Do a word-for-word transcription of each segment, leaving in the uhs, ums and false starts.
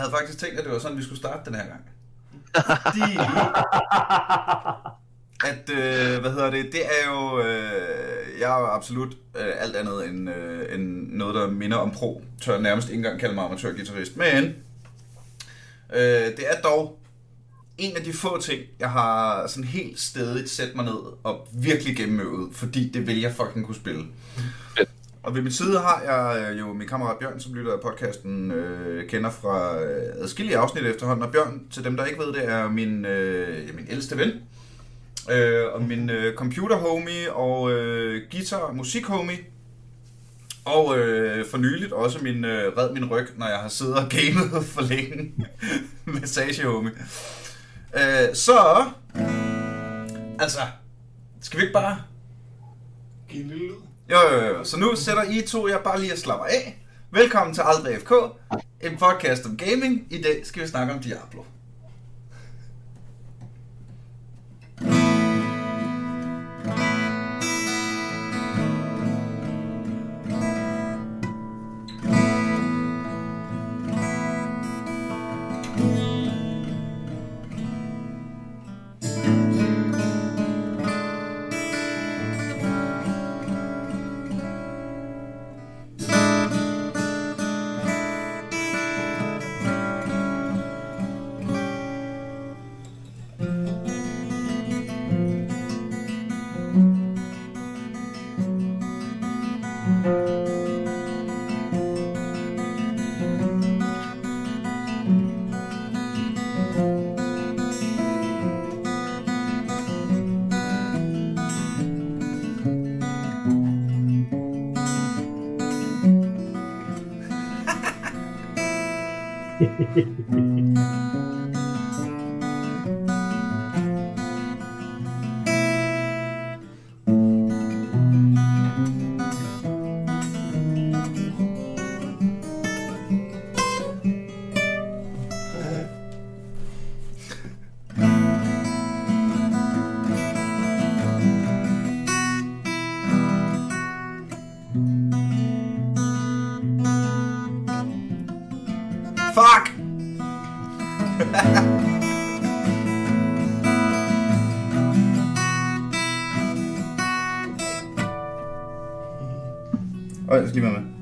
havde faktisk tænkt, at det var sådan, vi skulle starte den her gang. Fordi... At, øh, hvad hedder det, det er jo, øh, jeg er jo absolut øh, alt andet end, øh, end noget, der minder om pro. Tør nærmest ikke engang kalde mig amatørguitarist. Men øh, det er dog en af de få ting, jeg har sådan helt stædigt sat mig ned og virkelig gennemøvet, fordi det vil jeg fucking kunne spille. Og ved min side har jeg jo min kammerat Bjørn, som lytter af podcasten, øh, kender fra adskillige afsnit efterhånden. Og Bjørn, til dem der ikke ved det, er min, øh, min ældste ven. Øh, og min øh, computer homie og øh, guitar og musik homie. Og øh, for nyligt også min øh, red min ryg, når jeg har siddet og gamet for længe. Massage homie. Øh, så, altså, skal vi ikke bare give en lille lyd? Jo, jo, jo. Så nu sætter I to jer bare lige og slapper af. Velkommen til Aldrig F K, en podcast om gaming. I dag skal vi snakke om Diablo. Fuck! Øj, jeg skal lige være med.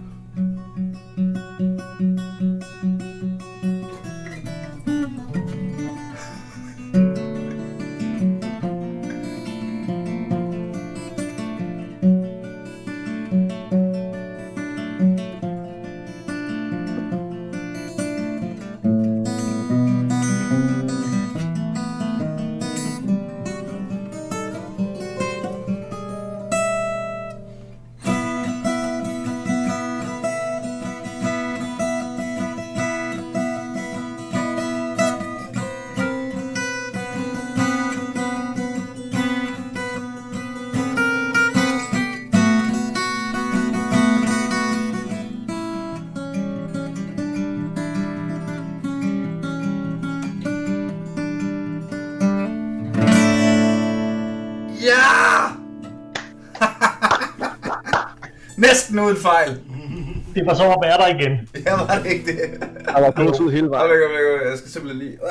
Næsten uden fejl. Det var så at være der igen. Ja, var det ikke det? Der var gås ud hele vejen. Jeg skal simpelthen lige...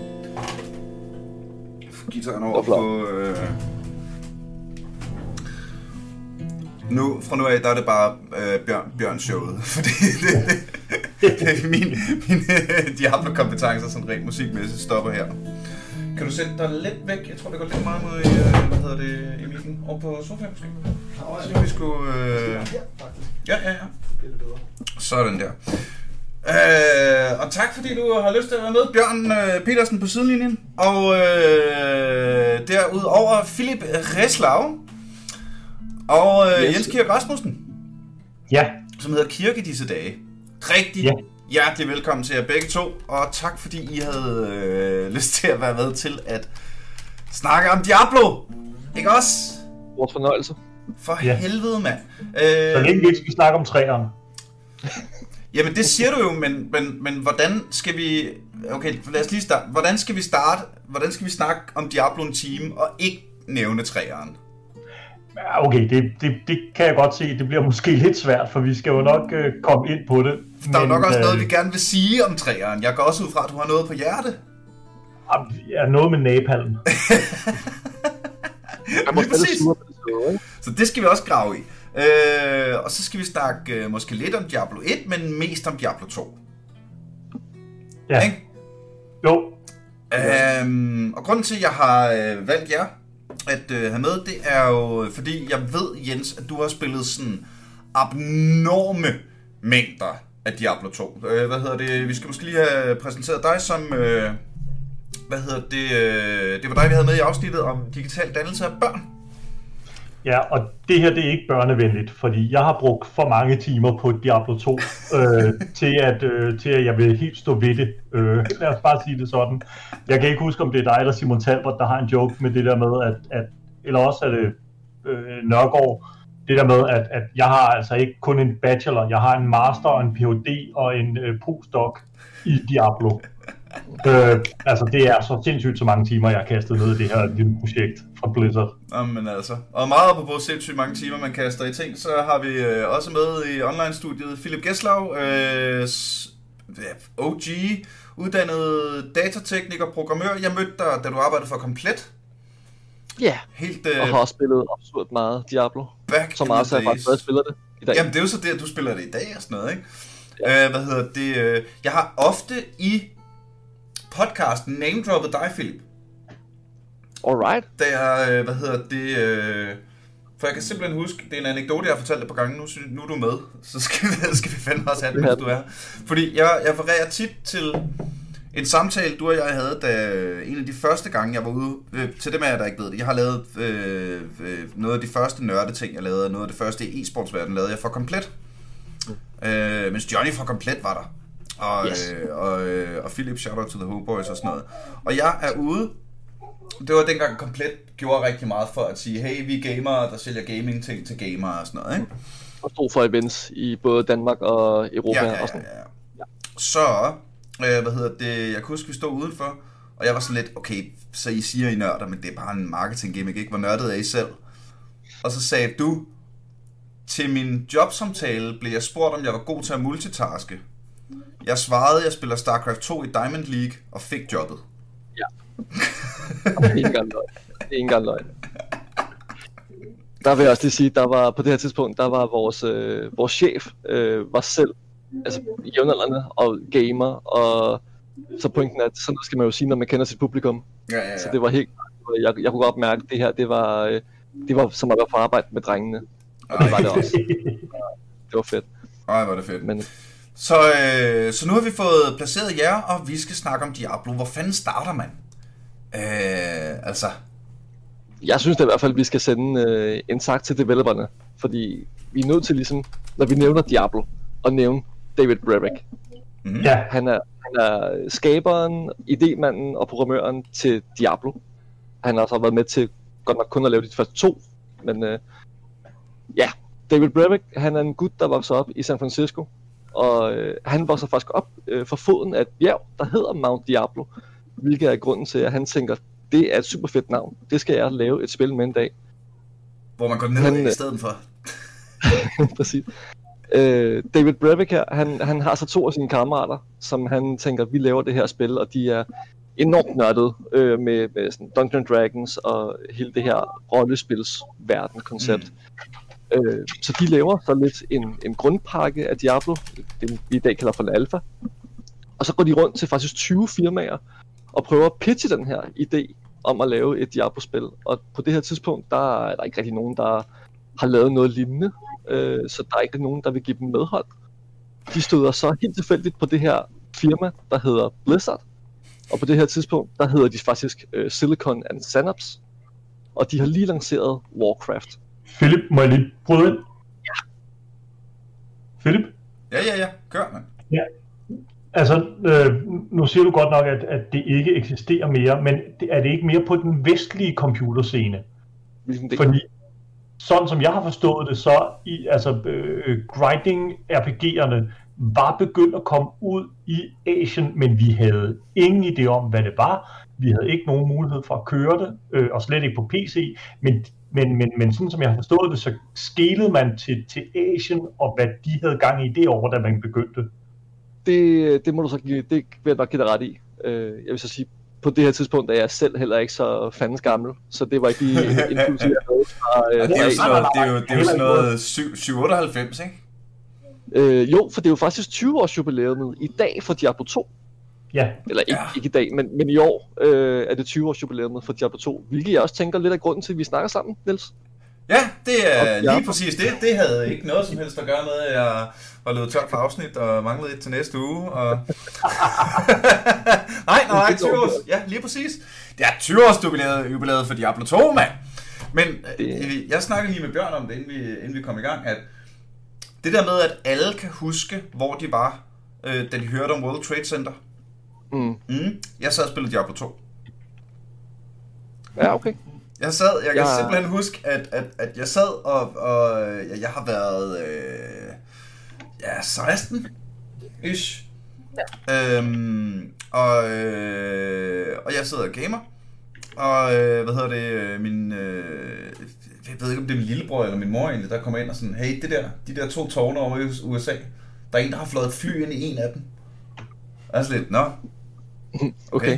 Få guitaren over på... Øh... Nu, fra nu af, der er det bare øh, Bjørn, Bjørn-showet. Fordi det, det, det er min, min Diablo-kompetencer, sådan rent musikmæssigt, stopper her. Kan du sætte dig lidt væk? Jeg tror, det går lidt meget mod i, øh, hvad hedder det, i midten. Over på sofaen måske? Så vi skulle... Øh... Ja, ja, ja. Sådan der. Øh, og tak fordi du har lyst til at være med, Bjørn øh, Petersen på sidelinjen. Og øh, derudover Philip Reslav og øh, yes. Jens Kirk Rasmussen. Ja. Som hedder Kirke i disse dage. Rigtig ja. Hjertelig velkommen til jer begge to. Og tak fordi I havde øh, lyst til at være med til at snakke om Diablo. Ikke også? Vores fornøjelse. For ja. Helvede, mand. Øh, Så længe vi ikke skal snakke om træerne. Jamen det siger du jo, men, men, men hvordan skal vi... Okay, lad os lige starte. Hvordan skal vi starte? Hvordan skal vi snakke om Diablo en time og ikke nævne træerne? Ja, okay, det, det, det kan jeg godt se. Det bliver måske lidt svært, for vi skal jo nok øh, komme ind på det. Der er men, nok også øh, noget, vi gerne vil sige om træeren. Jeg går også ud fra, at du har noget på hjerte. Ja, noget med napalm. Lige præcis. Så det skal vi også grave i. Øh, og så skal vi snakke øh, måske lidt om Diablo et, men mest om Diablo to. Ja. Ikke? Jo. Øhm, og grunden til, at jeg har øh, valgt jer at øh, have med, det er jo, fordi jeg ved, Jens, at du har spillet sådan abnorme mængder af Diablo to. Øh, hvad hedder det? Vi skal måske lige have præsenteret dig som... Øh, hvad hedder det? Øh, det var dig, vi havde med i afsnittet om digital dannelse af børn. Ja, og det her, det er ikke børnevenligt, fordi jeg har brugt for mange timer på Diablo to, øh, til, at, øh, til at jeg vil helt stå ved det. Øh, lad os bare sige det sådan. Jeg kan ikke huske, om det er dig eller Simon Talbot, der har en joke med det der med, at, at eller også er det øh, Nørgaard, det der med, at, at jeg har altså ikke kun en bachelor, jeg har en master, en P H D og en øh, postdoc i Diablo. Øh, altså det er så sindssygt så mange timer, jeg har kastet ned i det her lille projekt fra Blizzard. Jamen altså, og meget på både sindssygt mange timer, man kaster i ting, så har vi øh, også med i online-studiet Philip Geslav, øh, O G, uddannet datatekniker, programmør. Jeg mødte dig, da du arbejdede for Komplet. Ja, yeah. Helt, øh, og har også spillet absurd meget Diablo. Så meget, så jeg faktisk stadig spiller det i dag. Jamen det er jo så det, at du spiller det i dag og sådan noget, ikke? Ja. Øh, hvad hedder det? Øh, jeg har ofte i podcasten name-droppet dig, Philip. Alright. Da jeg, hvad hedder det, øh, for jeg kan simpelthen huske, det er en anekdote, jeg har fortalt det på gange, nu, nu er du med, så skal vi, skal vi fandme også have det, hvis du er. Fordi jeg, jeg refererer tit til en samtale, du og jeg havde, da en af de første gange, jeg var ude, øh, til dem af jer, der ikke ved det, jeg har lavet øh, øh, noget af de første nørdeting, jeg lavede, noget af det første i e-sportsverdenen, lavede jeg for Komplet. Øh, mens Johnny fra Komplet var der. Og, yes. øh, og, øh, og Philip, shout out to the Homeboys og sådan noget. Og jeg er ude. Det var dengang Komplet gjorde rigtig meget for at sige, hey, vi er gamere, der sælger gaming ting til gamere og sådan noget, ikke? Og stod for events i både Danmark og Europa. Ja, ja, og sådan. ja, ja. Så, øh, hvad hedder det, jeg kunne huske, vi stod udenfor, og jeg var sådan lidt, okay, så I siger I nørder, men det er bare en marketing gimmick, ikke? Hvor nørdet er I selv? Og så sagde du, til min jobsamtale blev jeg spurgt, om jeg var god til at multitaske. Jeg svarede, jeg spiller StarCraft to i Diamond League og fik jobbet. Ja. Det er ikke engang løgn. Det er ikke engang løgn. Der vil jeg også lige sige, der var på det her tidspunkt, der var vores, øh, vores chef øh, var selv altså jævnaldrende og gamer, og så pointen er, at sådan skal man jo sige, når man kender sit publikum. Ja, ja, ja. Så det var helt, jeg, jeg kunne godt mærke, at det her, det var, øh, det var som at være på arbejde med drengene. Og det var det også. Det var fedt. Ej, var det fedt. Men, Så, øh, så nu har vi fået placeret jer, og vi skal snakke om Diablo. Hvor fanden starter man? Øh, altså... Jeg synes da i hvert fald, at vi skal sende øh, en tak til developerne. Fordi vi er nødt til ligesom, når vi nævner Diablo, at nævne David Brevik. Mm-hmm. Ja. Han er, han er skaberen, idémanden og programmøren til Diablo. Han har også været med til godt nok kun at lave de første to. Men øh, ja, David Brevik, han er en gut, der voksede op i San Francisco. Og øh, han vokser faktisk op øh, for foden af et bjerg, der hedder Mount Diablo. Hvilket er grunden til, at han tænker, det er et super fedt navn. Det skal jeg lave et spil med en dag. Hvor man går ned han, i stedet for. Præcis. Øh, David Brevik her, han, han har så to af sine kammerater, som han tænker, vi laver det her spil, og de er enormt nørdede øh, med, med sådan Dungeons and Dragons og hele det her rollespilsverden-koncept. Mm. Øh, så de laver så lidt en, en grundpakke af Diablo, det vi i dag kalder for en alfa. Og så går de rundt til faktisk tyve firmaer og prøver at pitche den her idé om at lave et Diablo-spil. Og på det her tidspunkt, der er der ikke rigtig nogen, der har lavet noget lignende. Øh, så der er ikke nogen, der vil give dem medhold. De støder så helt tilfældigt på det her firma, der hedder Blizzard. Og på det her tidspunkt, der hedder de faktisk øh, Silicon and Synapse. Og de har lige lanceret Warcraft. Philip, må jeg lige bryde ind? Ja. Philip? Ja, ja, ja. Gør, man. Ja. Altså, øh, nu siger du godt nok, at, at det ikke eksisterer mere, men det, er det ikke mere på den vestlige computerscene? Det? Fordi, sådan som jeg har forstået det, så i, altså, øh, grinding-R P G'erne var begyndt at komme ud i Asien, men vi havde ingen idé om, hvad det var. Vi havde ikke nogen mulighed for at køre det, øh, og slet ikke på P C, men Men, men, men sådan som jeg har forstået det, så skelede man til, til Asien, og hvad de havde gang i det år, da man begyndte. Det, det må du så give, det vil jeg nok give dig ret i. Jeg vil så sige, på det her tidspunkt er jeg selv heller ikke så fandens gammel, så det var ikke lige en impulse, jeg havde fra... Ja, det er jo sådan noget, det er jo, det er jo sådan noget syv otteoghalvfems, ikke? Øh, jo, for det er jo faktisk tyve års jubilæumet i dag for Diablo to. Ja. Eller ikke, Ja. ikke i dag, men, men i år øh, er det tyve års jubilæumet for Diablo to, hvilket jeg også tænker lidt af grunden til, at vi snakker sammen, Niels. Ja, det er Og- ja. lige præcis det. Det havde ikke noget som helst at gøre med, at jeg var løbet tør for afsnit og manglede et til næste uge. Og... nej, nej, nej, tyve års. Ja, lige præcis. Det er tyve års jubilæet, jubilæet for Diablo to, mand. Men Det- det... jeg snakkede lige med Bjørn om det, inden vi, inden vi kom i gang, at det der med, at alle kan huske, hvor de var, øh, da de hørte om World Trade Center. Mm. Mm. Jeg sad og spillede Diablo to. Ja, okay. Jeg sad, jeg kan Jeg- simpelthen huske, at, at, at jeg sad og, og jeg, jeg har været øh, ja, seksten-ish. Ja. Øhm, og, øh, og jeg sidder og gamer. Og øh, hvad hedder det, øh, min, øh, jeg ved ikke om det er min lillebror eller min mor egentlig, der kommer ind og sådan, hey, det der, de der to tårne over i U S A, der er en, der har fløjet et fly ind i en af dem. Altså lidt, nå, Okay. okay.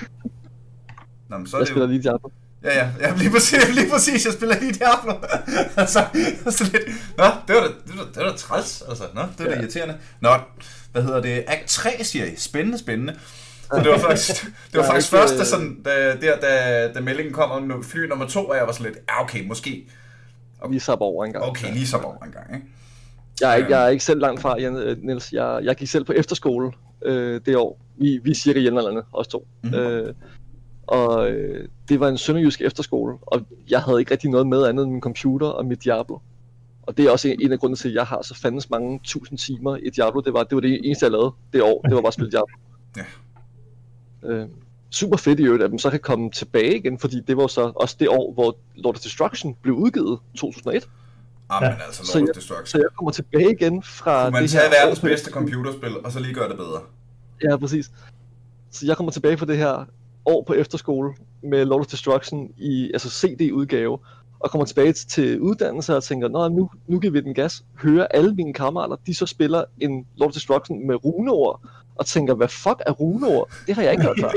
Nå, men så er Jeg det spiller jo... lige Diablo. Ja, ja, ja, lige præcis, lige præcis, jeg spiller lige Diablo. altså, så lidt, nå, det var da, det var, det var da træls, altså, nå, det var da Ja. irriterende. Nå, hvad hedder det, Act tre, siger I, spændende, spændende. Og det var faktisk, det var Jeg er faktisk ikke, først, da, øh, sådan, da, der, da, da meldingen kom om nu- fly nummer to, og jeg var sådan lidt, ja, okay, måske, Vi sapper over en gang. okay, lige så over en gang, ikke? Jeg er, ikke, jeg er ikke selv langt fra, Jan, øh, Niels. Jeg, jeg gik selv på efterskole øh, det år. Vi, vi er cirka jævnaldrende, os to. Mhm. Øh, og øh, det var en sønderjysk efterskole, og jeg havde ikke rigtig noget med andet end min computer og mit Diablo. Og det er også en, en af grundene til, at jeg har så fandens mange tusind timer i Diablo. Det var det, var det eneste, jeg lavede det år. Det var bare at spille Diablo. Ja. Øh, super fedt i øvrigt, at de så kan komme tilbage igen, fordi det var så også det år, hvor Lord of Destruction blev udgivet, to tusind og et. Ah, Ja. men altså, Så Lord jeg- of Destruction. Så jeg kommer tilbage igen fra Kunne man det tage her verdens år- bedste computerspil, og så lige gøre det bedre? Ja, præcis. Så jeg kommer tilbage fra det her år på efterskole med Lord of Destruction i altså C D-udgave, og kommer tilbage til- til uddannelse og tænker, nå, nu, nu giver vi den gas. Hører alle mine kammerater, de så spiller en Lord of Destruction med runeord, og tænker, hvad fuck er runeord? Det har jeg ikke hørt før.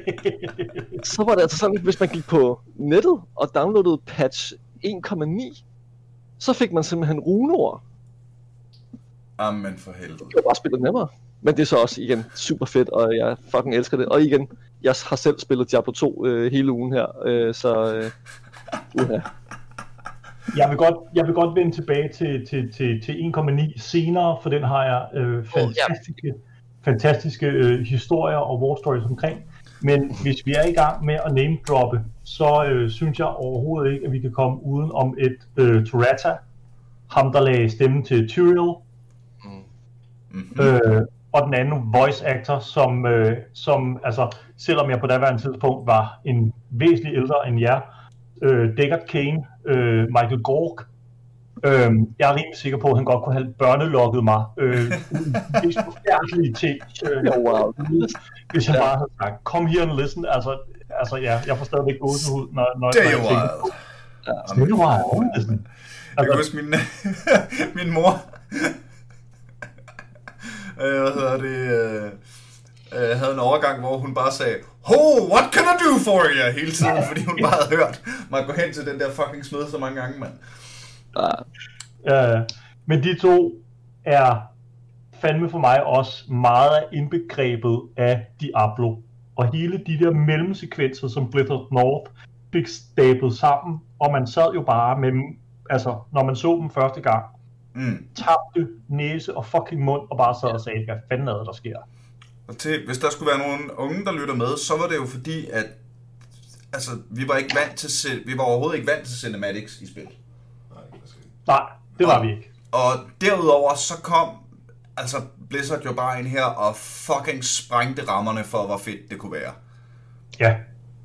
Så var det altså sådan, hvis man gik på nettet og downloadede patch en komma ni, så fik man simpelthen runeord. Amen for helvede. Det var bare spillet nemmere. Men det er så også, igen, super fedt, og jeg fucking elsker det. Og igen, jeg har selv spillet Diablo to øh, hele ugen her, øh, så... Øh, uh-huh. Jeg vil godt, jeg vil godt vende tilbage til, til, til, til en komma ni senere, for den har jeg øh, fantastiske, fantastiske øh, historier og war stories omkring. Men hvis vi er i gang med at name-droppe, så øh, synes jeg overhovedet ikke, at vi kan komme uden om et øh, Torata, ham der lagde stemmen til Tyrael, Mm-hmm. øh, og den anden voice actor, som, øh, som altså, selvom jeg på daværende tidspunkt var en væsentlig ældre end jer, øh, Deckard Cain, øh, Michael Gork, øh, jeg er rimelig sikker på, at han godt kunne have børnelogget mig. Øh, det er forfærdelige ting, øh, Ja, wow. hvis han Ja. bare havde sagt, come here and listen. Altså, altså ja, jeg får stadigvæk gåsehud, når, når, Det når er jeg jo tænker wild. på. Det er jo wild, listen. Jeg kan Altså, huske min, min mor. øh, hvad hedder det? Øh, øh, havde en overgang, hvor hun bare sagde, ho, what can I do for you? Hele tiden, fordi hun bare havde hørt mig gå hen til den der fucking smed så mange gange, mand. Ja, Øh, men de to er fandme for mig også meget indbegrebet af Diablo. Og hele de der mellemsekvenser, som Blizzard North fik stablet sammen, og man sad jo bare med dem, altså når man så dem første gang, Mm. tabte næse og fucking mund, og bare sad og sagde, hvad fanden er det, der sker? Og til, hvis der skulle være nogen unge, der lytter med, så var det jo fordi, at altså, vi var ikke vant til, ci- vi var overhovedet ikke vant til cinematics i spil. Nej, præcis. Nej, det var vi ikke. Og derudover så kom altså Blizzard jo bare ind her og fucking sprængte rammerne for, hvor fedt det kunne være. Ja,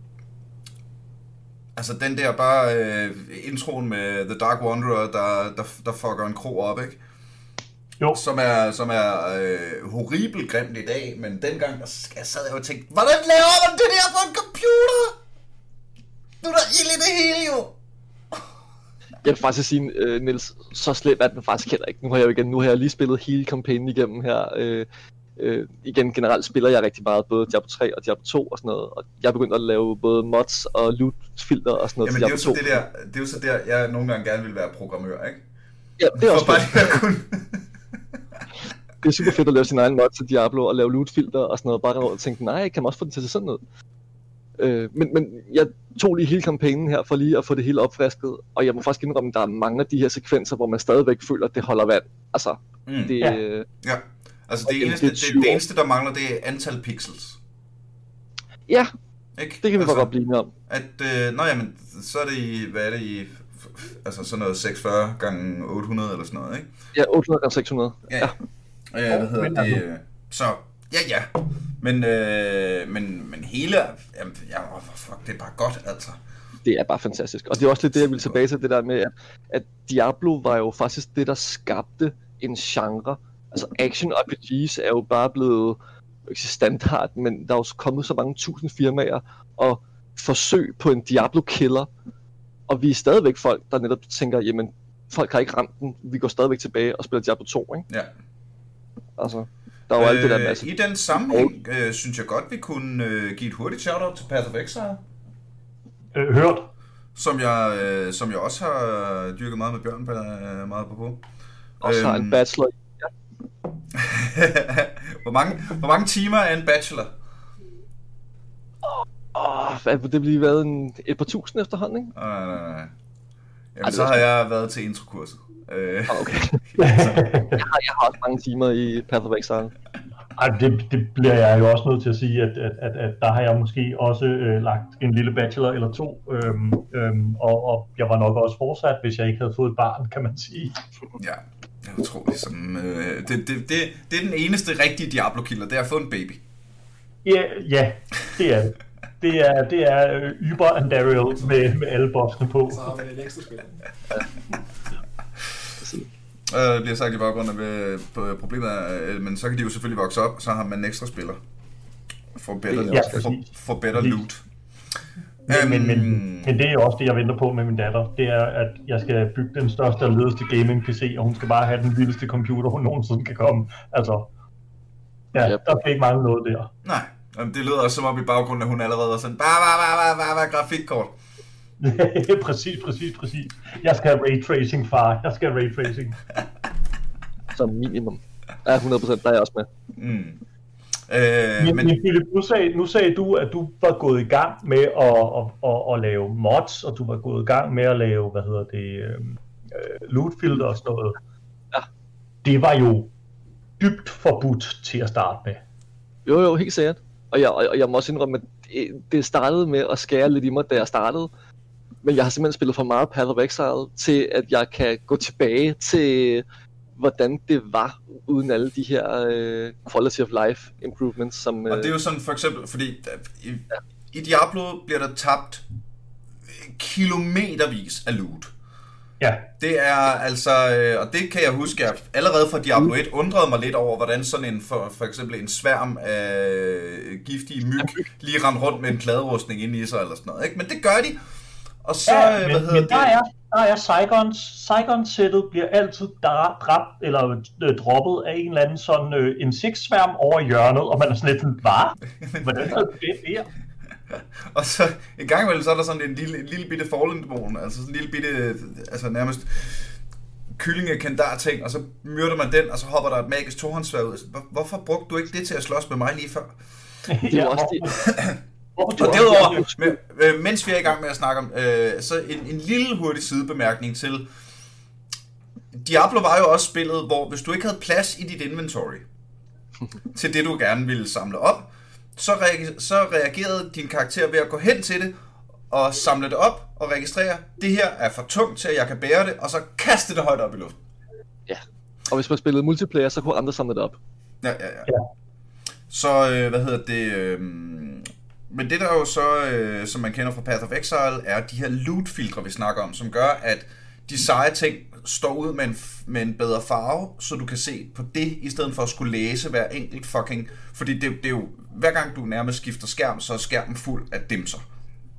Altså den der bare øh, introen med The Dark Wanderer, der, der, der fucker en kro op, ikke? jo. Som er, som er øh, horribelt grimt i dag, men dengang der sad jeg og tænkte, hvordan laver man det der på en computer? Nu er der ild i det hele jo! Jeg vil faktisk sige, uh, Niels, så slemt er den faktisk heller ikke. Nu har jeg jo igen, nu har jeg lige spillet hele kampagnen igennem her. Uh, uh, igen, generelt spiller jeg rigtig meget, både Diablo tre og Diablo to og sådan noget. Og jeg er begyndt at lave både mods og loot-filter og sådan noget. Jamen det er, jo så det, der, det er jo så der, jeg nogle gange gerne vil være programmør, ikke? Ja, det er også bare det, kun... Det er super fedt at lave sin egen mod til Diablo og lave loot-filter og sådan noget. Bare rundt og tænke, nej, jeg kan også få det til sådan noget. Øh, men, men jeg tog lige hele kampagnen her for lige at få det hele opfrisket. Og jeg må faktisk indrømme, at der er mange af de her sekvenser, hvor man stadigvæk føler, at det holder vand. Altså, mm. det... Ja. ja. Altså det eneste, det, det, det eneste, der mangler, det er antal pixels. Ja, ikke? Det kan vi altså, godt blive enige om. At, øh, nå jamen, så er det i, hvad er det i, altså sådan noget seksogfyrre gange otte hundrede eller sådan noget, ikke? Ja, otte hundrede gange seks hundrede. Ja, ja. ja. Hvad hedder det? Så, ja ja. Men, øh, men, men hele, jamen, ja, fuck, det er bare godt, altså. Det er bare fantastisk. Og det er også lidt det, jeg ville tilbage til, det der med, at, at Diablo var jo faktisk det, der skabte en genre. Altså action R P G's er jo bare blevet, ikke standard, men der er jo kommet så mange tusind firmaer og forsøg på en Diablo-killer. Og vi er stadigvæk folk, der netop tænker, jamen, folk har ikke ramt den, vi går stadigvæk tilbage og spiller Diablo to, ikke? Ja. Altså, der er jo øh, alt det der masse. I den sammenhæng, øh, synes jeg godt, vi kunne øh, give et hurtigt shoutout til Path of Exile. Øh, hørt. Som jeg, øh, som jeg også har dyrket meget med Bjørn, øh, meget på på. Også øhm, har en bachelor. Ja. hvor, mange, hvor mange timer er en bachelor? Åh, hvad vil det blive været en, et par tusind efterhånden, ikke? Nej, nej, nej. Jamen, Ej, så har jeg været til introkurset. Øh. Okay. jeg, har, jeg har også mange timer i Path of Exile. Ej, det, det bliver jeg jo også nødt til at sige, at, at, at, at der har jeg måske også øh, lagt en lille bachelor eller to, øhm, øhm, og, og jeg var nok også fortsat, hvis jeg ikke havde fået et barn, kan man sige. Ja, jeg er utrolig som... Øh, det, det, det, det er den eneste rigtige Diablo-killer, det er at få en baby. Ja, ja, det er det. Det er, det er uh, Uber and Daryl med, med alle boksene på. Så har vi et ekstra spil. Øh, det bliver sagt i baggrunden af problemet, er, men så kan de jo selvfølgelig vokse op, så har man en ekstra spiller. For better, ja, for, for better loot. Men, men, men, men det er jo også det, jeg venter på med min datter. Det er, at jeg skal bygge den største og ledeste gaming-P C, og hun skal bare have den vildeste computer, hun nogensinde kan komme. Altså, ja, yep. Der skal ikke mangle noget der. Nej, det lyder også som om i baggrunden, at hun allerede er sådan, bare, bare, bare, bare, bare, grafikkort. præcis, præcis, præcis. Jeg skal have raytracing, far. Jeg skal have raytracing. Som minimum. Ja, hundrede procent, der er jeg også med. Mm. Øh, men, men... men Philip, nu sagde, nu sagde du, at du var gået i gang med at, at, at, at lave mods, og du var gået i gang med at lave, hvad hedder det, øh, lootfilter og sådan noget. Ja. Det var jo dybt forbudt til at starte med. Jo, jo, helt sikkert. Og jeg, og jeg må også indrømme, at det startede med at skære lidt i mig, da jeg startede. Men jeg har simpelthen spillet for meget Path of Exile, til at jeg kan gå tilbage til, hvordan det var, uden alle de her uh, quality of life improvements. Som, uh... Og det er jo sådan for eksempel, fordi i, ja. i Diablo bliver der tabt kilometervis af loot. Ja. Det er altså, og det kan jeg huske, at allerede fra Diablo et undrede mig lidt over, hvordan sådan en, for, for eksempel en sværm af giftige myg lige rendte rundt med en pladerustning inde i sig eller sådan noget, ikke? Men det gør de. Og så, ja, hvad men, hedder men det? Der er, der er Saigon, Saigon-sættet bliver altid dræbt eller øh, droppet af en eller anden sådan øh, en six-sværm over hjørnet, og man er sådan lidt sådan, hvad? Hvordan er det der? Og så en gang imellem, så er der sådan en lille, en lille bitte Fallen-dæmon, altså sådan en lille bitte, altså nærmest kyllingekandar-ting, og så myrder man den, og så hopper der et magisk tohåndssværd ud. Hvorfor brugte du ikke det til at slås med mig lige før? Det er også det. Og derudover, mens vi er i gang med at snakke om, øh, så en, en lille hurtig sidebemærkning til, Diablo var jo også spillet, hvor hvis du ikke havde plads i dit inventory til det, du gerne ville samle op, så, reager, så reagerede din karakter ved at gå hen til det, og samle det op, og registrere, det her er for tungt til, at jeg kan bære det, og så kaste det højt op i luften. Ja, og hvis man spillede multiplayer, så kunne andre samle det op. Ja, ja, ja. Så, øh, hvad hedder det... Øh, men det der jo så, øh, som man kender fra Path of Exile, er de her loot-filtre, vi snakker om, som gør, at de seje ting står ud med en, med en bedre farve, så du kan se på det, i stedet for at skulle læse hver enkelt fucking... Fordi det, det er jo, hver gang du nærmest skifter skærm, så er skærmen fuld af dimser.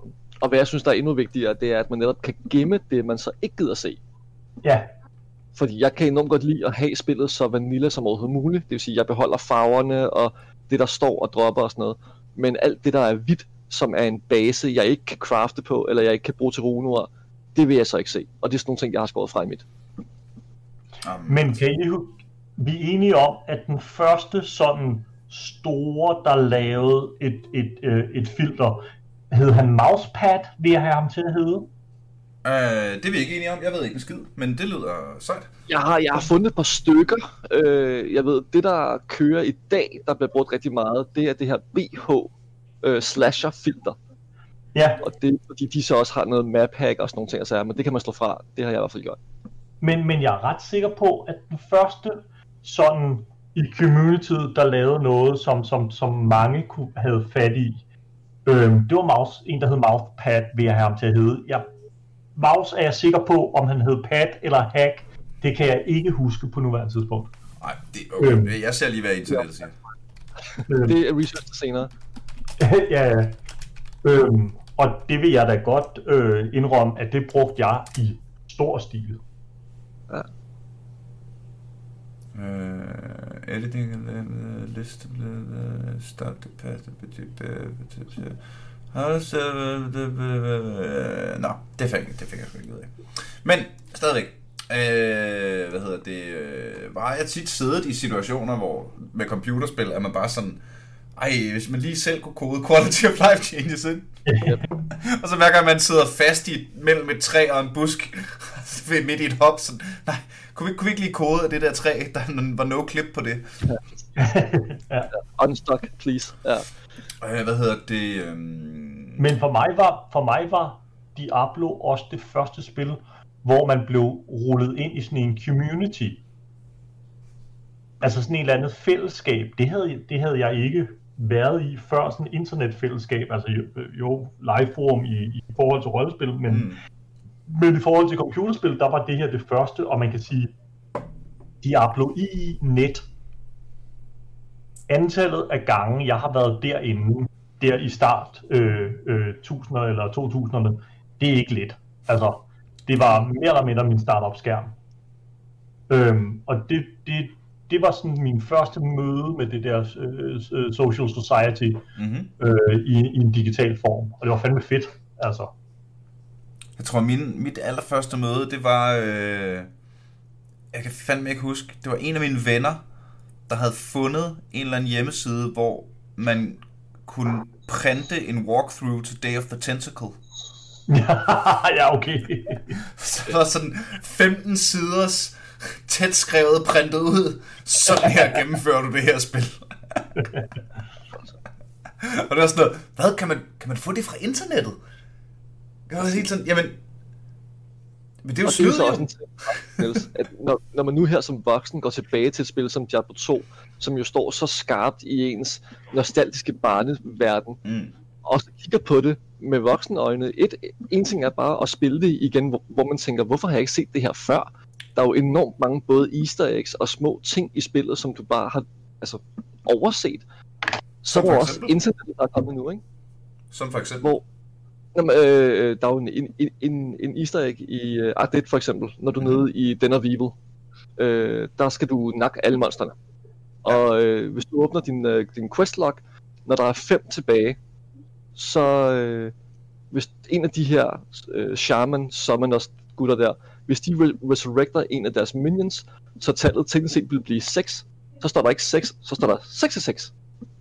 Og hvad jeg synes, der er endnu vigtigere, det er, at man netop kan gemme det, man så ikke gider se. Ja. Fordi jeg kan enormt godt lide at have spillet så vanilla som overhovedet muligt. Det vil sige, at jeg beholder farverne og det, der står og dropper og sådan noget. Men alt det, der er hvidt, som er en base, jeg ikke kan crafte på, eller jeg ikke kan bruge til runeord, det vil jeg så ikke se. Og det er sådan nogle ting, jeg har skåret fra i mit. Men kan I, vi er enige om, at den første sådan store, der lavede et, et, et, et filter, hed han Mousepad, vil jeg have ham til at hedde? Uh, det er vi ikke enige om. Jeg ved ikke en skid, men det lyder sejt. Jeg har, jeg har fundet et par stykker. Uh, jeg ved, det der kører i dag, der bliver brugt rigtig meget, det er det her B H uh, slasher filter. Ja. Og det er fordi, de så også har noget map hack og sådan nogle ting, altså, men det kan man slå fra. Det har jeg i hvert fald gjort. Men, men jeg er ret sikker på, at den første sådan i communityet, der lavede noget, som, som, som mange kunne have fat i, øhm, det var Mouse, en, der hed Mousepad, vil jeg have ham til at hedde. Jeg, Mouse er jeg sikker på, om han hed Pad eller Hack. Det kan jeg ikke huske på nuværende tidspunkt. Nej, okay. øhm, jeg ser lige, hvad internettet siger. Øhm, det er research til senere. ja, ja. Øhm, og det vil jeg da godt øh, indrømme, at det brugte jeg i stor stil. Ja. Uh, editing uh, list uh, start the path Nå, det fik, det fik jeg sgu ikke ud af. Men stadigvæk, øh, hvad hedder det, øh, var jeg tit siddet i situationer, hvor med computerspil er man bare sådan, ej, hvis man lige selv kunne kode quality of life changes ind. Og så hver gang man sidder fast i mellem et træ og en busk, midt i et hop, sådan, nej, kunne vi, kunne vi ikke lige kode af det der træ, der var no clip på det? Ja. Unstuck, please. Ja. Øh, hvad hedder det? Øhm... Men for mig var, for mig var Diablo også det første spil, hvor man blev rullet ind i sådan en community. Altså sådan et eller andet fællesskab. Det havde, det havde jeg ikke været i før sådan et internetfællesskab. Altså jo, jo liveforum i, i forhold til rollespil, men, mm. men i forhold til computerspil, der var det her det første, og man kan sige, Diablo i net. Antallet af gange, jeg har været derinde, der i start øh, øh, tusinder eller to tusinderne, det er ikke let. Altså, det var mere eller mindre min startup-skærm. Øhm, og det, det, det var sådan min første møde med det der øh, social society mm-hmm. øh, i, i en digital form. Og det var fandme fedt, altså. Jeg tror, min, mit allerførste møde, det var... Øh, jeg kan fandme ikke huske. Det var en af mine venner, der havde fundet en eller anden hjemmeside, hvor man kunne printe en walkthrough til Day of the Tentacle. Ja, okay. Så var sådan femten siders tæt skrevet, printet ud. Sådan her gennemfører du det her spil. Og det var sådan noget, hvad, kan man, kan man få det fra internettet? Det var helt sådan, jamen... Men det er jo skød, jo. Også Niels, at når, når man nu her som voksen går tilbage til et spil som Diablo to, som jo står så skarpt i ens nostalgiske barneverden, mm. og så kigger på det med voksne øjne. Et, en ting er bare at spille det igen, hvor, hvor man tænker, hvorfor har jeg ikke set det her før? Der er jo enormt mange både easter eggs og små ting i spillet, som du bare har altså, overset. Så er også internettet, der er kommet nu, ikke? Som for eksempel? Hvor, jamen, øh, der er jo en, en, en, en easter egg i uh, Ardet for eksempel, når du er mm-hmm. nede i Den of Evil. Øh, der skal du nakke alle monsterne. Ja. Og øh, hvis du åbner din, øh, din questlog, når der er fem tilbage, så øh, hvis en af de her øh, shaman, summoners gutter der, hvis de re- resurrecter en af deres minions, så tallet teknisk set vil blive seks. Så står der ikke seks, så står der seksogseks.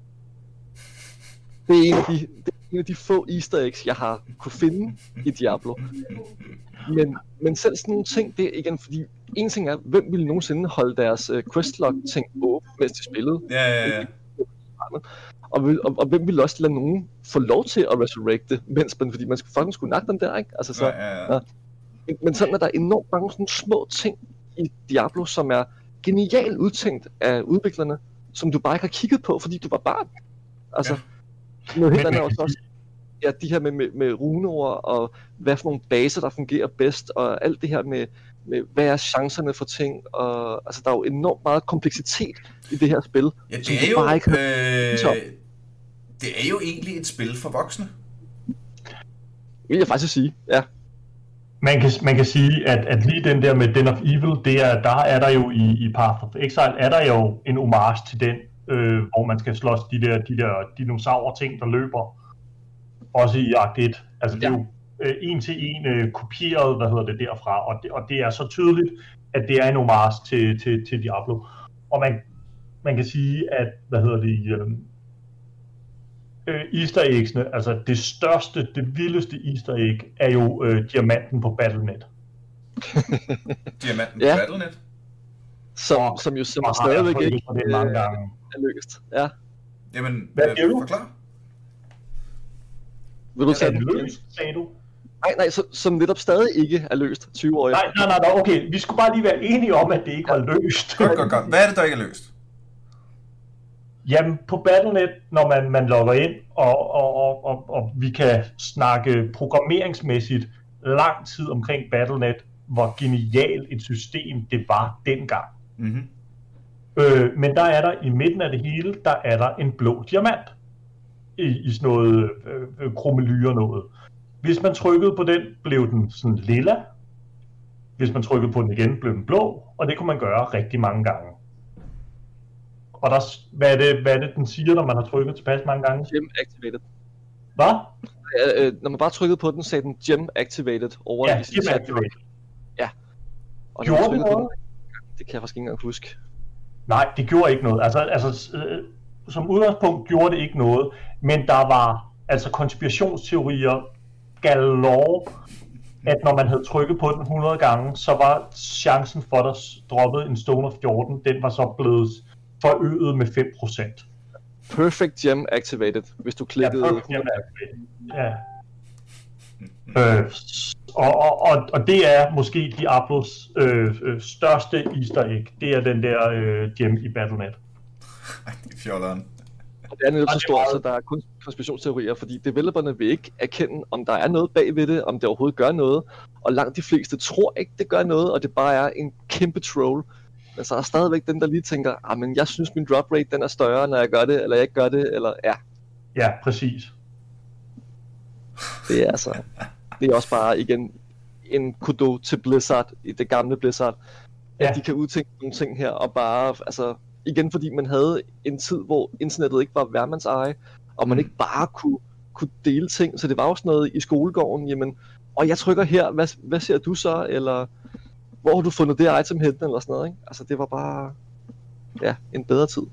Det er en af de, det er en af de få easter eggs, jeg har kunne finde i Diablo. Men, men selv sådan nogle ting, det er igen fordi, en ting er, hvem ville nogensinde holde deres uh, questlog-ting åbent, mens de spillede? Ja, ja, ja. Og, og, og hvem ville også lade nogen få lov til at resurrecte, mens man, fordi man faktisk skulle nakke dem der, ikke? Altså så, ja, ja, ja. Ja. Men, men sådan er der enormt mange sådan små ting i Diablo, som er genialt udtænkt af udviklerne, som du bare ikke har kigget på, fordi du var barn. Altså, ja. Noget helt andet også, ja, de her med, med, med runeord, og hvad for nogle baser, der fungerer bedst, og alt det her med, med hvad er chancerne for ting, og altså, der er jo enormt meget kompleksitet i det her spil. Ja, det er jo, bare ikke øh, det er jo egentlig et spil for voksne. vil jeg faktisk sige, ja. Man kan, man kan sige, at, at lige den der med Den of Evil, det er, der er der jo i, i Path of Exile, er der jo en homage til den, øh, hvor man skal slås de der, de der dinosaurer-ting, der løber, også i akt et. Altså det er jo øh, en til en øh, kopieret, hvad hedder det, derfra, og det, og det er så tydeligt, at det er en homage til, til, til Diablo. Og man, man kan sige, at, hvad hedder det, øh, øh, Easter eggsene, altså det største, det vildeste Easter egg, er jo øh, diamanten på Battle net. Diamanten Ja. på Battle net? Som, som jo som Og har stadigvæk jeg ikke trykket på det mange gange. er løst. Ja. Jamen, Hvad øh, siger du? forklar. Vil du Er tage det den? løst, sagde du? Nej, nej, så, som netop stadig ikke er løst tyve år efter. Nej, nej, nej, nej, okay. Vi skulle bare lige være enige om, at det ikke var løst. Godt, godt, godt. Hvad er det, der ikke er løst? Jamen, på Battle net, når man, man logger ind, og, og, og, og, og vi kan snakke programmeringsmæssigt lang tid omkring Battle net, hvor genialt et system det var dengang. Mm-hmm. Øh, men der er der i midten af det hele, der er der en blå diamant i, i sådan noget øh, øh, krumelyre noget. Hvis man trykkede på den, blev den sådan lilla. Hvis man trykkede på den igen, blev den blå, og det kunne man gøre rigtig mange gange. Og der, hvad, er det, hvad er det, den siger, når man har trykket tilpas mange gange? Gem activated. Hvad? Ja, øh, når man bare trykkede på den, sagde den gem activated over Ja, i sin gem chat. activated. Og når man Gjorde det trykkede på noget? den, det kan jeg faktisk ikke engang huske. Nej, det gjorde ikke noget. Altså, altså øh, som udgangspunkt gjorde det ikke noget, men der var altså konspirationsteorier galore, at når man havde trykket på den hundrede gange, så var chancen for, at der droppede en Stone of Jordan, den var så blevet forøget med fem procent. Perfect gem activated, hvis du klikkede... Ja, perfect gem activated. Ja. Øh, og, og, og, og det er måske Diablos øh, øh, største easter egg. Det er den der øh, gem i Battle net. Ej, det er fjolleren. Og det er netop Og så det er stort, meget- så der er kun konspirationsteorier, fordi developerne vil ikke erkende, om der er noget bag ved det, om det overhovedet gør noget, og langt de fleste tror ikke, det gør noget, og det bare er en kæmpe troll. Men så er der stadigvæk dem, der lige tænker, ah, men jeg synes, min drop rate den er større, når jeg gør det, eller jeg ikke gør det, eller ja, Ja, præcis. det er altså, det er også bare igen en kudo til Blizzard, i det gamle Blizzard, at Ja. de kan udtænke nogle ting her, og bare, altså, igen fordi man havde en tid, hvor internettet ikke var hvermands eje, og man Mm. ikke bare kunne, kunne dele ting, så det var jo sådan noget i skolegården, jamen, og jeg trykker her, hvad, hvad ser du så, eller hvor har du fundet det item hen, eller sådan noget, ikke? Altså det var bare, ja, en bedre tid.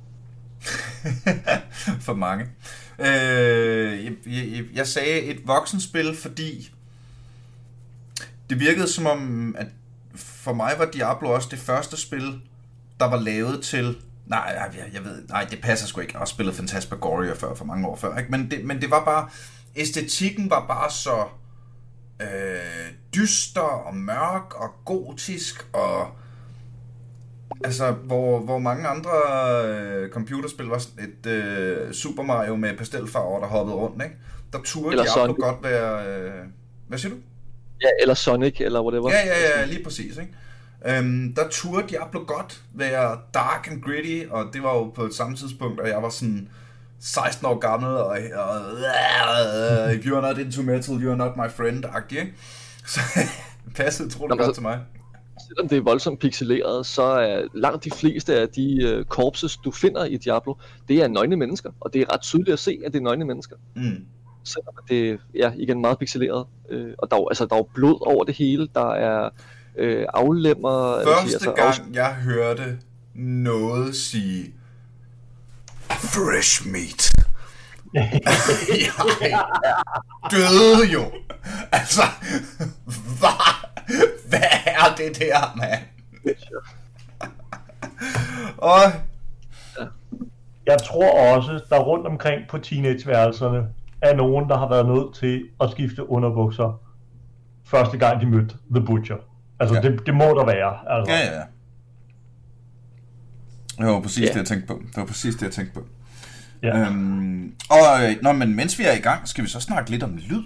For mange. Øh, jeg, jeg, jeg sagde et voksenspil, fordi det virkede som om, at for mig var Diablo også det første spil, der var lavet til... Nej, jeg, jeg ved, nej, det passer sgu ikke. Jeg har også spillet Phantasmagoria før, for mange år før. Ikke? Men, det, men det var bare... Æstetikken var bare så øh, dyster og mørk og gotisk og... Altså, hvor, hvor mange andre øh, computerspil var sådan et øh, Super Mario med pastelfarver, der hoppede rundt, ikke? Der turde Eller Diablo Sonic. godt være... Øh, hvad siger du? Ja, eller Sonic, eller whatever. Ja, ja, ja, lige præcis, ikke? Øhm, der turde Diablo godt være dark and gritty, og det var jo på et samme tidspunkt, og jeg var sådan seksten år gammel, og, og uh, if you're not into metal, you're not my friend-agtig, ikke? Så det passede utroligt Nå, men godt så- til mig. Selvom det er voldsomt pixeleret, så er langt de fleste af de uh, korpses, du finder i Diablo, det er nøgne mennesker, og det er ret tydeligt at se, at det er nøgne mennesker. Mm. Selvom det er, ja, igen meget pixeleret, øh, og der er, jo- altså, der er jo blod over det hele, der er øh, aflemmer... eller Første sige, altså, gang, jeg hørte noget sige fresh meat. Jeg døde jo. Altså, hvad, hvad er det der, mand? Og Jeg tror også, der rundt omkring på teenageværelserne er nogen, der har været nødt til at skifte underbukser første gang de mødte The Butcher. Altså, Ja. ja. det, det må der være. Altså. ja, ja. Det var præcis Ja. det, jeg tænkte på. Det var præcis det, jeg tænkte på. Ja. Øhm, og øh, nå, men mens vi er i gang, skal vi så snakke lidt om lyd.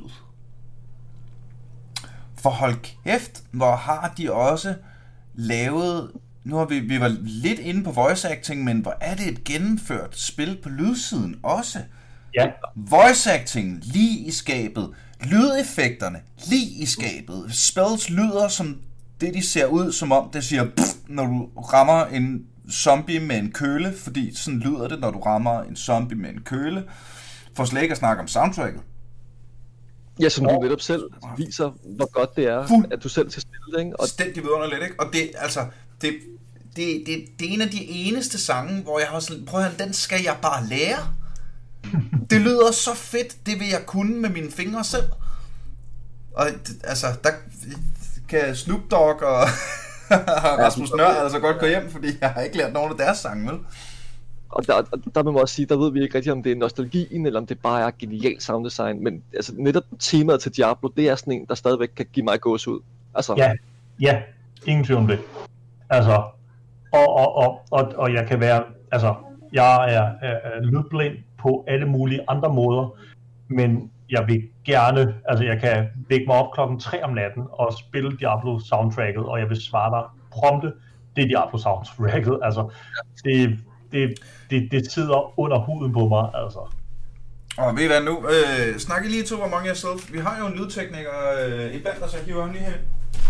For hold kæft, hvor har de også lavet... Nu har vi, vi var lidt inde på voice acting, men hvor er det et gennemført spil på lydsiden også? Ja. Voice acting, lige i skabet. Lydeffekterne, lige i skabet. Spells lyder som det, de ser ud, som om det siger, pff, når du rammer en zombie med en køle, fordi sådan lyder det, når du rammer en zombie med en køle. For slet ikke at snakke om soundtracket. Ja, som du netop selv viser, hvor godt det er, Fuld. at du selv skal spille det, ikke? Og stændig vidunderligt, ikke? Og det, altså, det, det, det, det er en af de eneste sange, hvor jeg har sådan, prøv at høre, den skal jeg bare lære. Det lyder så fedt, det vil jeg kunne med mine fingre selv. Og altså, der kan Snoop Dogg og Rasmus Nør altså godt gå hjem, fordi jeg har ikke lært nogen af deres sange, vel? Og der, der må man også sige, der ved vi ikke rigtig, om det er nostalgien, eller om det bare er genialt sounddesign, men altså netop temaet til Diablo, det er sådan en, der stadigvæk kan give mig gåsehud. Altså. Ja, ja, ingen tvivl om det. Altså, og, og, og, og, og jeg kan være, altså, jeg er, er, er lydblind på alle mulige andre måder, men jeg vil gerne, altså jeg kan vække mig op klokken tre om natten og spille Diablo soundtracket, og jeg vil svare dig prompte, det er Diablo soundtracket, altså, det Det, det, det sidder under huden på mig, altså. Og ved I hvad nu? Øh, snak I lige to, hvor mange jeg sidder. Vi har jo en lydtekniker øh, i band, så jeg hiver ham lige her.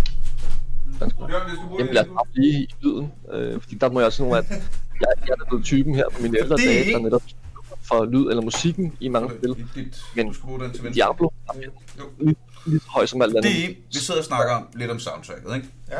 Bjørn, vi skal bruge Jamen lad mig blive i lyden, øh, fordi der må jeg også nogle at jeg, jeg er blevet typen her på mine ældre dage, der netop for lyd eller musikken i mange spil. Men Diablo er lige, lige så høj som alt andet. Det er, vi sidder og snakker om, lidt om soundtracket, ikke? Ja.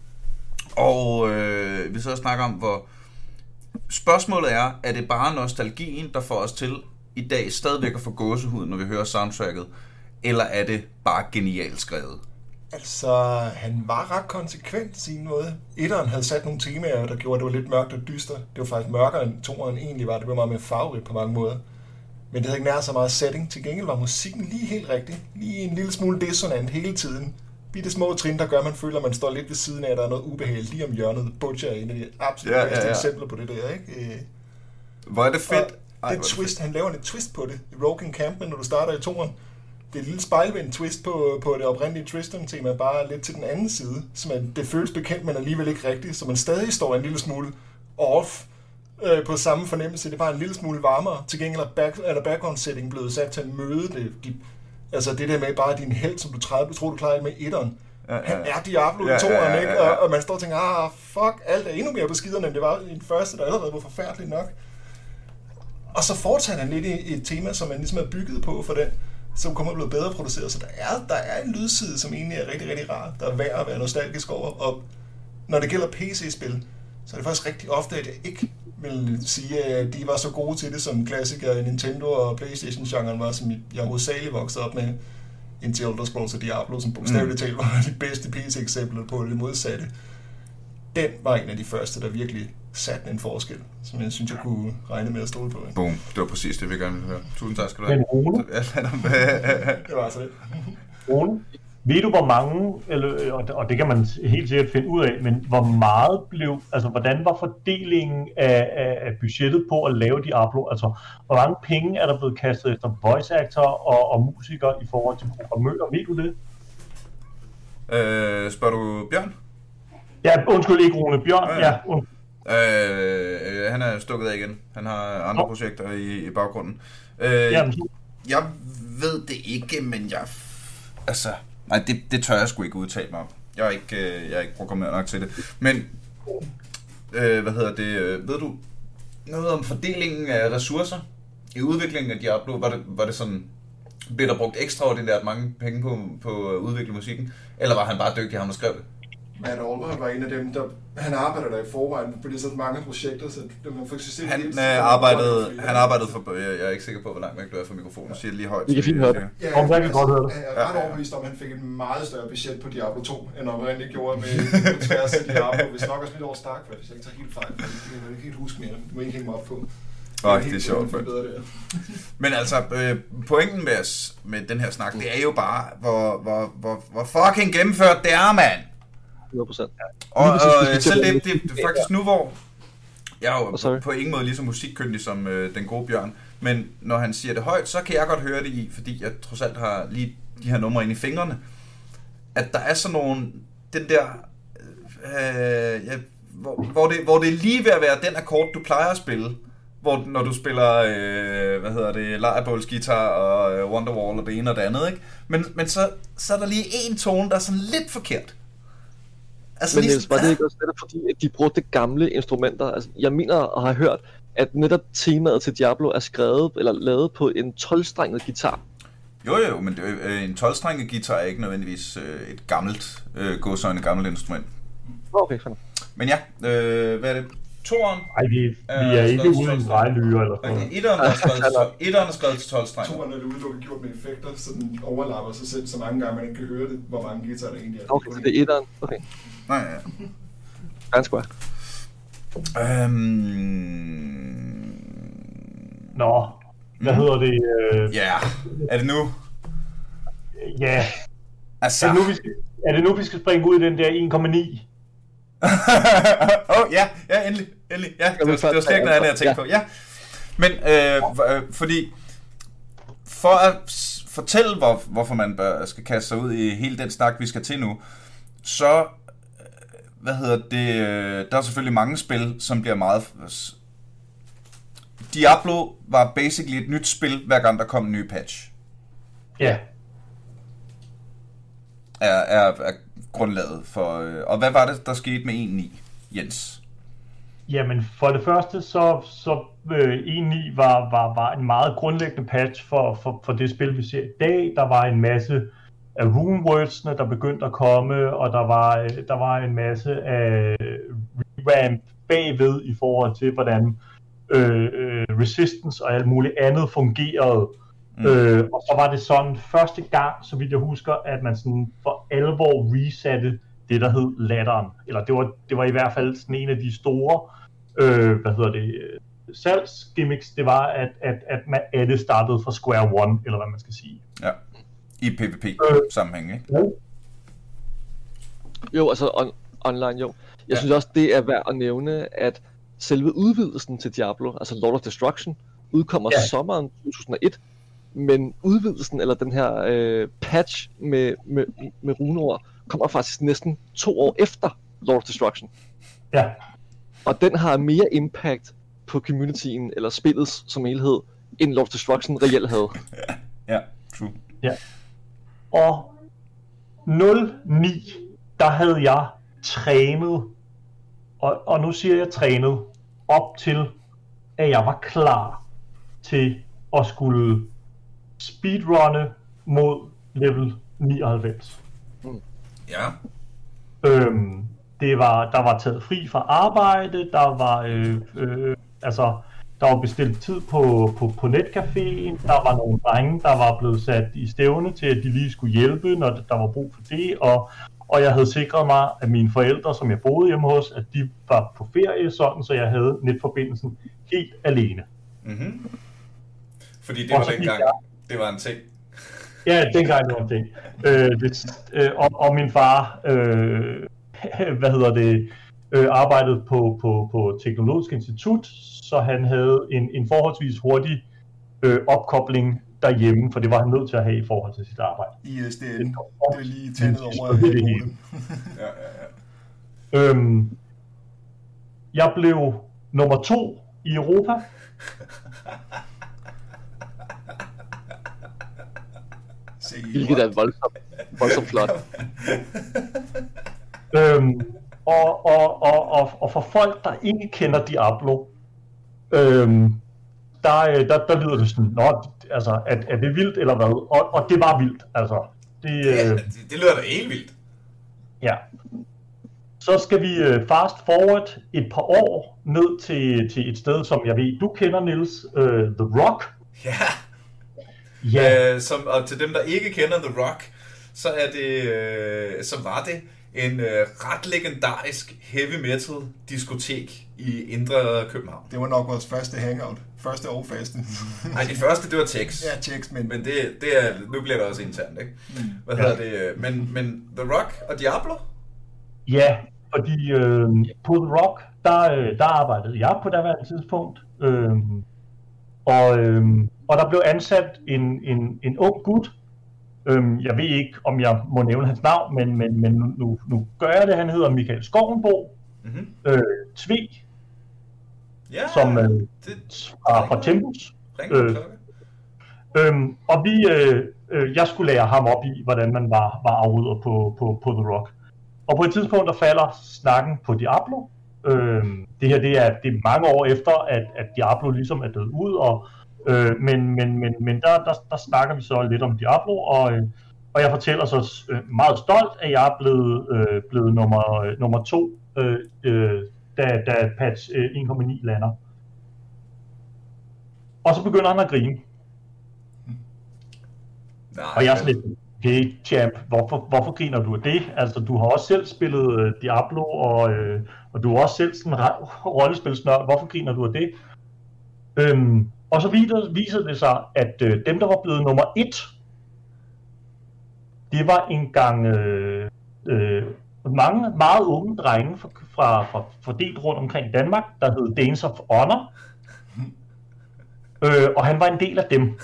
Og øh, vi sidder og snakker om, hvor spørgsmålet er, er det bare nostalgien, der får os til i dag stadigvæk at få gåsehud, når vi hører soundtracket, eller er det bare genialt skrevet? Altså, han var ret konsekvent i sin måde. Etteren havde sat nogle temaer, der gjorde, at det var lidt mørkt og dyster. Det var faktisk mørkere, end toeren egentlig var. Det var meget mere farverigt på mange måder. Men det havde ikke nær så meget setting. Til gengæld var musikken lige helt rigtig. Lige en lille smule dissonant hele tiden. Bitte små trin, der gør, at man føler, at man står lidt ved siden af, at der er noget ubehageligt lige om hjørnet. Butcher er en af de absolut ja, bedste ja, ja. eksempler på det der, ikke? Hvor er det fedt. Ej, det twist, han laver et twist på det. Rogue Encampment, når du starter i toeren. Det er et lille spejlvendt twist på, på det oprindelige Tristan-tema, bare lidt til den anden side. Så man, det føles bekendt, men alligevel ikke rigtigt. Så man stadig står en lille smule off øh, på samme fornemmelse. Det er bare en lille smule varmere. Til gengæld er, back, er der background-setting blevet sat til at møde det. De, altså det der med bare din held, som du tror, du klarede med etteren. Ja, ja, ja. Han er Diablo i toeren, ja, ja, ja, ja. Ikke? Og, og man står og tænker, ah, fuck, alt er endnu mere på skiderne, end det var i den første, der allerede var forfærdeligt nok. Og så fortsætter han lidt i et tema, som man ligesom er bygget på for den, som kommer at blive bedre produceret. Så der er, der er en lydside, som egentlig er rigtig, rigtig rar, der er værd at være nostalgisk over. Og når det gælder P C-spil, så er det faktisk rigtig ofte, at jeg ikke vil sige, at de var så gode til det, som klassikere i Nintendo og PlayStation-genren var, som jeg hovedsageligt voksede op med, indtil Elder Scrolls og Diablo, som bogstaveligt talt var de bedste P C-eksempler på det modsatte. Den var en af de første, der virkelig satte en forskel, som jeg synes, jeg kunne regne med at stole på. Boom, det var præcis det, vi gerne ville høre. Tusind tak skal du have. Men Rune? Det var altså det. Rune, ved du, hvor mange, eller, og det kan man helt sikkert finde ud af, men hvor meget blev, altså hvordan var fordelingen af, af, af budgettet på at lave Diablo? Altså, hvor mange penge er der blevet kastet efter voice actor og, og musikere i forhold til programmører? Ved du det? Øh, spørger du Bjørn? Ja, undskyld ikke Rune. Bjørn, ja. ja und... øh, han er stukket af igen. Han har andre oh. projekter i, i baggrunden. Øh, Jamen. Jeg ved det ikke, men jeg... Altså... Nej, det, det tør jeg sgu ikke udtale mig om. Jeg er ikke, øh, jeg er ikke programmeret nok til det. Men, øh, hvad hedder det, øh, ved du noget om fordelingen af ressourcer i udviklingen af Diablo? Var det, var det sådan, blev der brugt ekstraordinært mange penge på, på at udvikle musikken? Eller var han bare dygtig, ham der skrev det? Matt Albright var en af dem, der... Han arbejder der i forvejen på lige så mange projekter, så det man faktisk han, lidt, øh, arbejdede, han arbejdede for... Jeg, jeg er ikke sikker på, hvor langt væk du er fra mikrofonen. Jeg siger det lige højt. Vi kan fint høre det. Ja, jeg, jeg, jeg, jeg er ret overbevist om, at han fik et meget større budget på Diablo to, end oprindeligt gjorde med tværs af Diablo. Hvis nok også lidt over Starcraft, hvis jeg ikke tager helt fejl. Det kan jeg ikke helt huske mere. Det må ikke hænge mig op på. Åh, det er sjovt. Men altså, øh, pointen med, os, med den her snak, det er jo bare, hvor, hvor, hvor, hvor fucking gennemført det er, mand! hundrede procent. Og, og, og selv det, det, det er faktisk nu, hvor jeg er jo på, på ingen måde lige så musikkyndig som øh, den gode Bjørn, men når han siger det højt, så kan jeg godt høre det i, fordi jeg trods alt har lige de her numre inde i fingrene, at der er sådan nogle, den der, øh, ja, hvor, hvor, det, hvor det er lige ved at være den akkord, du plejer at spille, hvor når du spiller, øh, hvad hedder det, lejrebålsguitar og øh, Wonderwall og det ene og det andet, ikke? Men, men så, så er der lige en tone, der er sådan lidt forkert. Altså, men Niels, var det ikke også netop fordi, at de brugte gamle instrumenter? Altså, jeg mener og har hørt, at netop temaet til Diablo er skrevet eller lavet på en tolv-strenget guitar. Jo jo, men det, øh, en tolv-strenget guitar er ikke nødvendigvis øh, et gammelt, øh, gåsøjne gammelt instrument. Okay, fanden. Men ja, øh, hvad er det? Toren? Nej, vi, vi er øh, ikke ude i en drejelyre eller sådan noget. Etteren er skrevet, etteren er skrevet til tolv-strenget. Toren er det udelukket gjort med effekter, så den overlapper sig selv så mange gange, man ikke kan høre det, hvor mange guitar der egentlig er. Okay, så det er etteren. Okay. Nej, ja. Ganske godt. Øhm... Nå, hvad mm. hedder det? Ja, øh... yeah. Er det nu? Ja. Yeah. Altså... Er det, nu, vi skal, er det nu, vi skal springe ud i den der en komma ni? Åh, oh, ja, ja, endelig, endelig. Ja, det var, det var slet ikke noget andet, jeg tænkte på. Ja. Men, øh, øh, fordi... For at fortælle, hvor, hvorfor man bør, skal kaste sig ud i hele den snak, vi skal til nu, så... Hvad hedder det? Der er selvfølgelig mange spil, som bliver meget... Diablo var basically et nyt spil, hver gang der kom en ny patch. Ja. Er, er, er grundlaget for... Og hvad var det, der skete med en punkt ni, Jens? Jamen, for det første, så, så øh, en punkt ni var, var, var en meget grundlæggende patch for, for, for det spil, vi ser i dag. Der var en masse af runewordsene, der begyndte at komme, og der var, der var en masse af revamp bagved i forhold til, hvordan øh, øh, resistance og alt muligt andet fungerede. Mm. Øh, og så var det sådan første gang, så vidt jeg husker, at man sådan for alvor resatte det, der hed ladderen. Eller det var, det var i hvert fald sådan en af de store, øh, hvad hedder det, salgsgimmicks, det var, at, at, at man alle startede fra square one, eller hvad man skal sige. Ja. I PvP-sammenhæng, ikke? Ja. Jo, altså on- online, jo. Jeg ja. synes også, det er værd at nævne, at selve udvidelsen til Diablo, altså Lord of Destruction, udkommer ja. sommeren to tusind og et, men udvidelsen, eller den her øh, patch med, med, med runeord, kommer faktisk næsten to år efter Lord of Destruction. Ja. Og den har mere impact på communityen, eller spillet som helhed, end Lord of Destruction reelt havde. Ja, true. Ja. Og nul ni, der havde jeg trænet, og, og nu siger jeg trænet, op til, at jeg var klar til at skulle speedrunne mod level nioghalvfems. Mm. Ja. Øhm, det var, der var taget fri fra arbejde, der var, øh, øh, altså, der var bestilt tid på, på, på netcaféen, der var nogle drenge, der var blevet sat i stævne til, at de lige skulle hjælpe, når der var brug for det, og, og jeg havde sikret mig, at mine forældre, som jeg boede hjemme hos, at de var på ferie, sådan, så jeg havde netforbindelsen helt alene. Mm-hmm. Fordi det var dengang, jeg... det var en ting. Ja, dengang det var en ting. Øh, det, øh, og, og min far, øh, hvad hedder det, øh, arbejdede på, på, på Teknologisk Institut, så han havde en, en forholdsvis hurtig øh, opkobling derhjemme, for det var han nødt til at have i forhold til sit arbejde. I S D N, det er lige tændet over det hele. Ja, ja, ja. Øhm, jeg blev nummer to i Europa. Hvilket er voldsomt, voldsomt flot. øhm, og, og, og, og, og for folk, der ikke kender Diablo, øhm, der, der, der lyder det sådan, nå, altså, er, er det vildt eller hvad? Og, og det var vildt, altså. Det, ja, øh, det, det lyder da helt vildt. Ja. Så skal vi øh, fast forward et par år ned til, til et sted, som jeg ved, du kender, Niels, øh, The Rock. Ja. Ja. Øh, som, og til dem, der ikke kender The Rock, så er det, øh, så var det en øh, ret legendarisk heavy metal diskotek i indre København. Det var nok vores første hangout. Første og faste. Nej, det første, det var Tex. Ja, Tex, men... Men det, det er, nu bliver det også internt, ikke? Mm. Hvad hedder ja. det? Men, men The Rock og Diablo? Ja, fordi øh, på The Rock, der, der arbejdede jeg på daværende tidspunkt. Øh, og, øh, og der blev ansat en, en, en ung gut. Øh, jeg ved ikke, om jeg må nævne hans navn, men, men, men nu, nu gør jeg det. Han hedder Michael Skovenbo. Mm-hmm. Øh, Tve. ja, som øh, det, fra, fra Tempus. Øh, øhm, og vi, øh, øh, jeg skulle lære ham op i, hvordan man var, var afrydder på, på, på The Rock. Og på et tidspunkt, der falder snakken på Diablo. Øh, det her, det er, det er mange år efter, at, at Diablo ligesom er død ud, og, øh, men, men, men, men der, der, der snakker vi så lidt om Diablo, og, øh, og jeg fortæller så øh, meget stolt, at jeg er blevet, øh, blevet nummer, øh, nummer to, øh, øh, da, da patch øh, en komma ni lander. Og så begynder han at grine. Nej, og jeg er sådan lidt, okay, champ, hvorfor, hvorfor griner du af det? Altså, du har også selv spillet uh, Diablo, og, øh, og du har også selv sådan en rollespilsnørd. Hvorfor griner du af det? Øhm, og så viser, viser det sig, at øh, dem, der var blevet nummer et, det var engang øh, øh, mange meget unge drenge fra, fra, fra fordelt rundt omkring Danmark, der hed Danes of Honor. Øh, og han var en del af dem.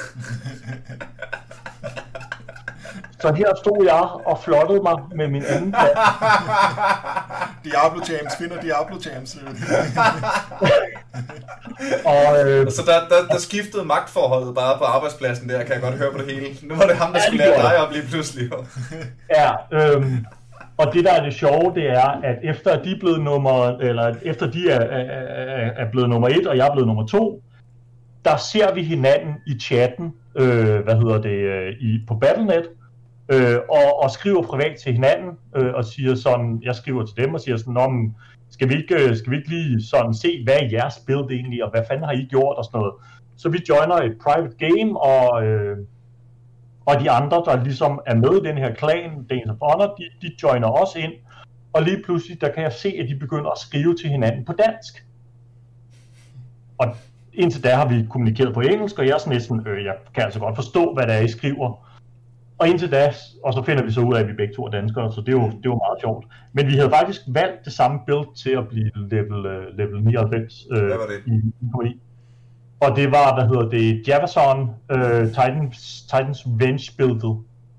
Så her stod jeg og flottede mig med min anden plads. Diablo James finder Diablo James. og, øh, så der, der, der skiftede magtforholdet bare på arbejdspladsen der, kan jeg godt høre på det hele. Nu var det ham, der skulle lære dig op lige pludselig. ja, øh, og det der er det sjove, det er, at efter at de er blevet nummer, eller efter de er, er, er blevet nummer et, og jeg er blevet nummer to, der ser vi hinanden i chatten, øh, hvad hedder det, øh, i, på Battle punkt net, øh, og, og skriver privat til hinanden, øh, og siger sådan, jeg skriver til dem og siger sådan, om, skal vi ikke, skal vi ikke lige sådan se, hvad er jeres build egentlig, og hvad fanden har I gjort, og sådan noget. Så vi joiner et private game, og, øh, og de andre, der ligesom er med i den her klan, Danes of Honor, de, de joiner også ind, og lige pludselig, der kan jeg se, at de begynder at skrive til hinanden på dansk. Og indtil da har vi kommunikeret på engelsk, og jeg er sådan næsten, øh, jeg kan altså godt forstå, hvad det er, I skriver. Og indtil da, og så finder vi så ud af, at vi begge to er danskere, så det er jo, det er jo meget sjovt. Men vi havde faktisk valgt det samme build til at blive level, uh, level nioghalvfems øh, hvad var det? i i. Og det var, hvad hedder det, Javason øh, Titans, Titans Revenge buildet.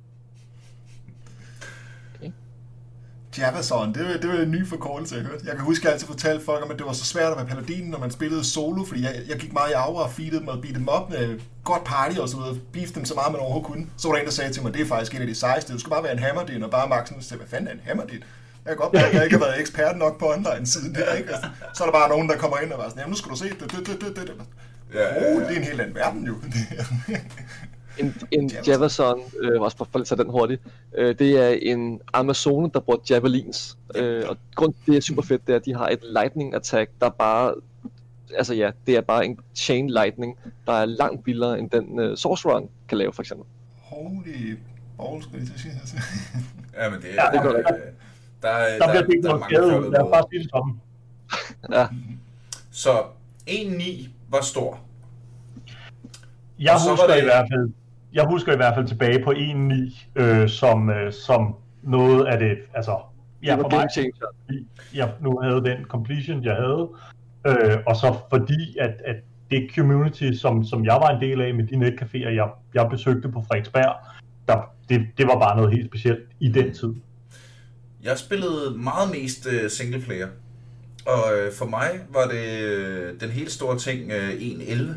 Javason, det var, det var en ny forkortelse, jeg hørte. Jeg kan huske, at jeg altid fortalte folk om, at det var så svært at være paladinen, når man spillede solo, fordi jeg, jeg gik meget i aura og feedede dem og beat dem op med godt party og så videre, beef dem så meget, man overhovedet kunne. Så var der en, der sagde til mig, det er faktisk en af de sejeste, du skal bare være en hammerdin, og bare Maxen sagde, hvad fanden er en hammerdin? Jeg kan godt mærke, at jeg ikke har været ekspert nok på online siden der, ikke? Altså, så er der bare nogen, der kommer ind og var sådan, jamen nu skal du se, det, det, det, det, det. Ja, oh, det er en helt anden verden jo. En, en Javason, øh, også for at tage den hurtigt, øh, det er en Amazone, der bruger javelins. Øh, og grund til det er super fedt, det er, at de har et lightning attack, der bare, altså ja, det er bare en chain lightning, der er langt vildere end den øh, Sorcereren kan lave, for eksempel. Holy balls, skal jeg til at sige. Altså. Ja, men det er... Ja, det der, der, der, der, der bliver ikke der, noget skade, lad os bare sige det sådan. Ja. Så en komma ni var stor. Jeg husker, det... i hvert fald, jeg husker i hvert fald tilbage på en komma ni øh, som, øh, som noget af det, altså, ja, for mig, fordi jeg nu havde den completion, jeg havde, øh, og så fordi, at, at det community, som, som jeg var en del af med de netcaféer, jeg, jeg besøgte på Frederiksberg, der, det, det var bare noget helt specielt i den tid. Jeg spillede meget mest uh, singleplayer, og uh, for mig var det uh, den helt store ting uh, en komma elleve.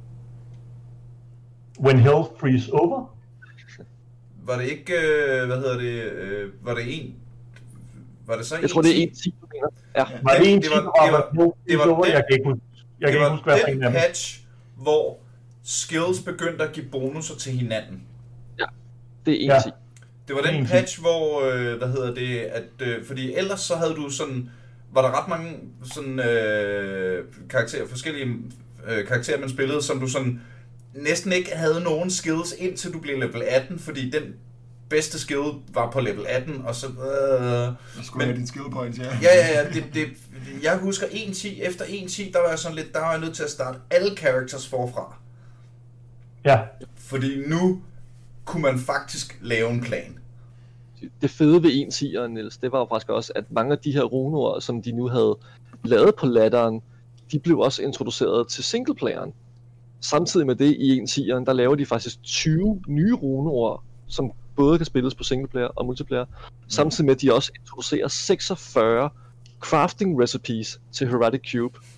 When Hell Freeze Over? Var det ikke, øh, hvad hedder det, øh, var det en, var det så en? Jeg tror, det er en ti, du mener. Ja. Var det en det ti, var, det var, det var, over? Jeg kan ikke huske, jeg kan det ikke huske, hvad var den jeg patch, hvor skills begyndte at give bonusser til hinanden. Ja, det er en Ja. ti. Det var den patch, hvor, øh, hvad hedder det, at, øh, fordi ellers så havde du sådan, var der ret mange sådan øh, karakterer, forskellige øh, karakterer, man spillede, som du sådan næsten ikke havde nogen skills, indtil du blev level atten, fordi den bedste skill var på level atten, og så... Øh, skulle have dine skill points, ja. Ja, ja, ja, det, det, jeg husker en komma ti, efter en komma ti, der var jeg sådan lidt, der var jeg nødt til at starte alle characters forfra. Ja. Fordi nu kunne man faktisk lave en klan. Det fede ved en ti'eren, Niels, det var jo faktisk også, at mange af de her runeord, som de nu havde lavet på ladderen, de blev også introduceret til singleplayeren. Samtidig med det i en ti'eren, der laver de faktisk tyve nye runeord, som både kan spilles på singleplayer og multiplayer. Samtidig med, at de også introducerer seksogfyrre crafting recipes til Heretic Cube.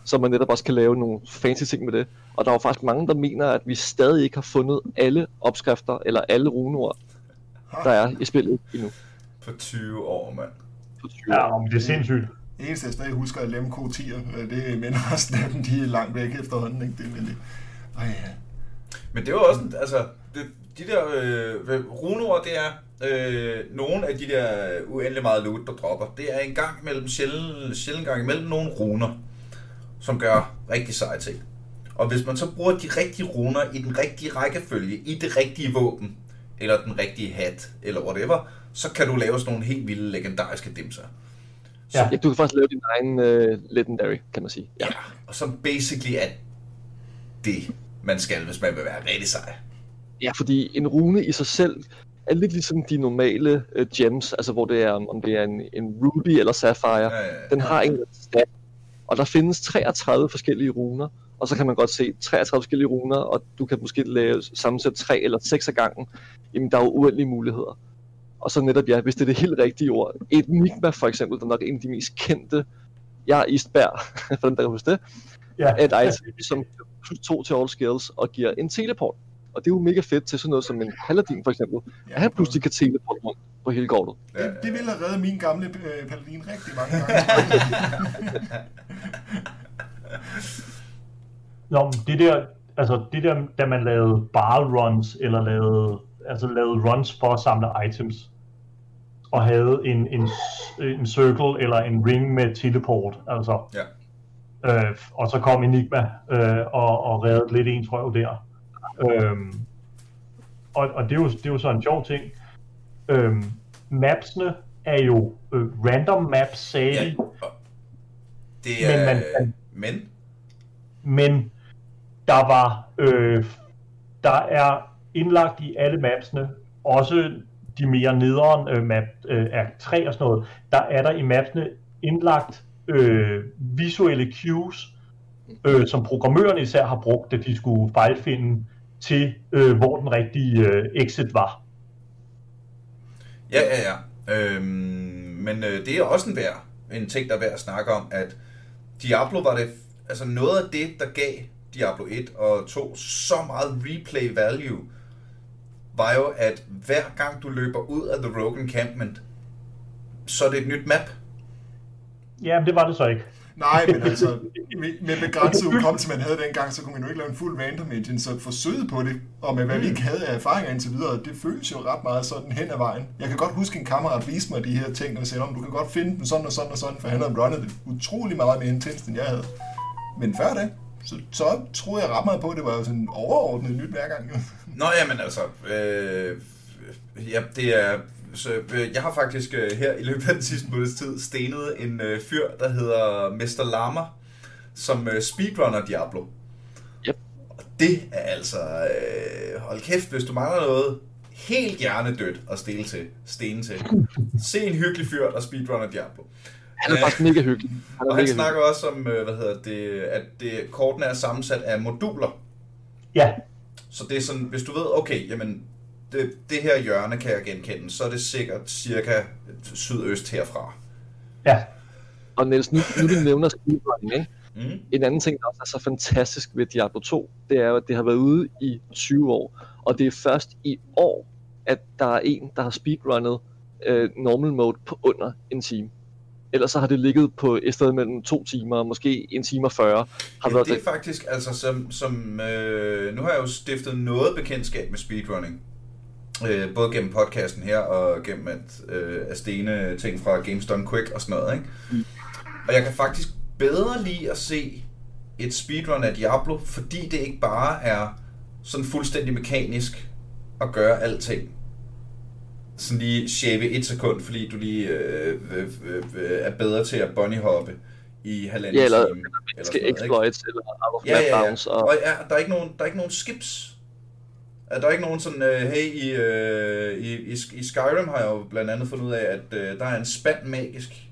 så man netop også kan lave nogle fancy ting med det. Og der er jo faktisk mange, der mener, at vi stadig ikke har fundet alle opskrifter, eller alle runeord, der er i spillet endnu. For tyve år, mand. For tyve Ja, år. men det er sindssygt. Det eneste, jeg stadig husker, er L M K ti'er. Det minder også af dem, de er langt væk efterhånden, ikke? Det er det. Ej, ja. Men det var også, en, altså, det, de der øh, runeord, det er øh, nogle af de der uendelig meget loot, der dropper. Det er en gang mellem, sjældent, sjældent gang imellem nogle runer, som gør rigtig seje ting. Og hvis man så bruger de rigtige runer i den rigtige rækkefølge, i det rigtige våben, eller den rigtige hat, eller whatever, så kan du lave sådan nogle helt vilde legendariske dimser. Så, Ja. Ja, du kan faktisk lave din egen uh, legendary, kan man sige. ja. ja, og som basically er det, man skal, hvis man vil være rigtig sej. Ja, fordi en rune i sig selv er lidt ligesom de normale uh, gems, altså hvor det er, om det er en, en ruby eller sapphire. Ja, ja, ja. Den har en stat, og der findes treogtredive forskellige runer, og så kan man godt se treogtredive forskellige runer, og du kan måske lave sammensætte tre eller seks af gangen. Jamen, der er jo uendelige muligheder. Og så netop, ja, hvis det er det helt rigtige ord. Enigma for eksempel, der er nok en af de mest kendte. Jeg er Istberg, for dem der kan huske det. Ja. Et item, som plus to til all skills og giver en teleport. Og det er jo mega fedt til sådan noget som en paladin for eksempel. Ja, at han pludselig kan teleport rundt på hele kortet. Det, det ville have reddet min gamle øh, paladin rigtig mange gange. Nå, men det der, altså det der, da man lavede barrel runs, eller lavede, altså lavede runs for at samle items, og havde en, en, en circle eller en ring med teleport, altså, Ja. øh, og så kom Enigma øh, og, og reddede lidt ens røv der. Øhm, og, og det er jo, det er jo så en sjov ting. Øhm, mapsene er jo øh, random maps, sagde Ja. de, Det er... Men man- man- men men der var øh, der er indlagt i alle mapsene, også de mere nederen øh, map øh, er tre og sådan noget, der er der i mapsene indlagt øh, visuelle cues, øh, som programmørerne især har brugt, da de skulle fejlfinde til, øh, hvor den rigtige øh, exit var. Ja, ja, ja. Øhm, men øh, det er også en værd, en ting, der er værd at snakke om, at Diablo var det, altså noget af det, der gav Diablo et og to så meget replay value, var jo, at hver gang du løber ud af The Rogue Encampment, så er det et nyt map. Ja, men det var det så ikke. Nej, men altså, med, med begrænset hukommelse, man havde dengang, så kunne man jo ikke lave en fuld random engine, så forsøget på det, og med hvad vi ikke havde af erfaringer indtil videre, det føles jo ret meget sådan hen ad vejen. Jeg kan godt huske, en kammerat viste mig de her ting, og sagde, om du kan godt finde dem sådan og sådan og sådan, for han havde runnet det utrolig meget mere intenst, end jeg havde. Men før det, så, så troede jeg ret meget på, at det var jo sådan overordnet nyt hver gang. Nå ja, men altså, øh, ja, det er, så, øh, jeg har faktisk øh, her i løbet af den sidste måneds tid stenet en øh, fyr, der hedder mister Lama, som øh, speedrunner Diablo. Yep. Og det er altså, øh, hold kæft, hvis du mangler noget helt hjernedødt at stille til, stene til. Se en hyggelig fyr, der speedrunner Diablo. Han er faktisk mega hyggelig. Han er Og han mega snakker også om, øh, hvad hedder det, at det, kortene er sammensat af moduler. Ja, Så det er sådan, hvis du ved, okay, jamen, det, det her hjørne kan jeg genkende, så er det sikkert cirka sydøst herfra. ja. Og Niels, nu, nu du nævner speedrunning, ikke? Mm. En anden ting, der også er så fantastisk ved Diablo to, det er jo, at det har været ude i tyve år. Og det er først i år, at der er en, der har speedrunnet øh, normal mode på under en time. Ellers så har det ligget på et sted mellem to timer, måske en time og fyrre. Har Ja, været det er faktisk, altså som, som øh, nu har jeg jo stiftet noget bekendtskab med speedrunning. Øh, både gennem podcasten her, og gennem at, øh, at stene ting fra Games Done Quick og sådan noget, ikke? Mm. Og jeg kan faktisk bedre lide at se et speedrun af Diablo, fordi det ikke bare er sådan fuldstændig mekanisk at gøre alting. Sådan lige shave et sekund, fordi du lige øh, øh, øh, er bedre til at bunnyhoppe i halvanden Ja, eller- time. Eller skal sådan noget, ikke? exploits eller out of Ja, map ja, ja. bounds. Og, Og ja, der er ikke nogen, der er ikke nogen skips. Ja, der er ikke nogen sådan, uh, hey, i, uh, i, i, i Skyrim har jeg jo blandt andet fundet ud af, at uh, der er en spand magisk.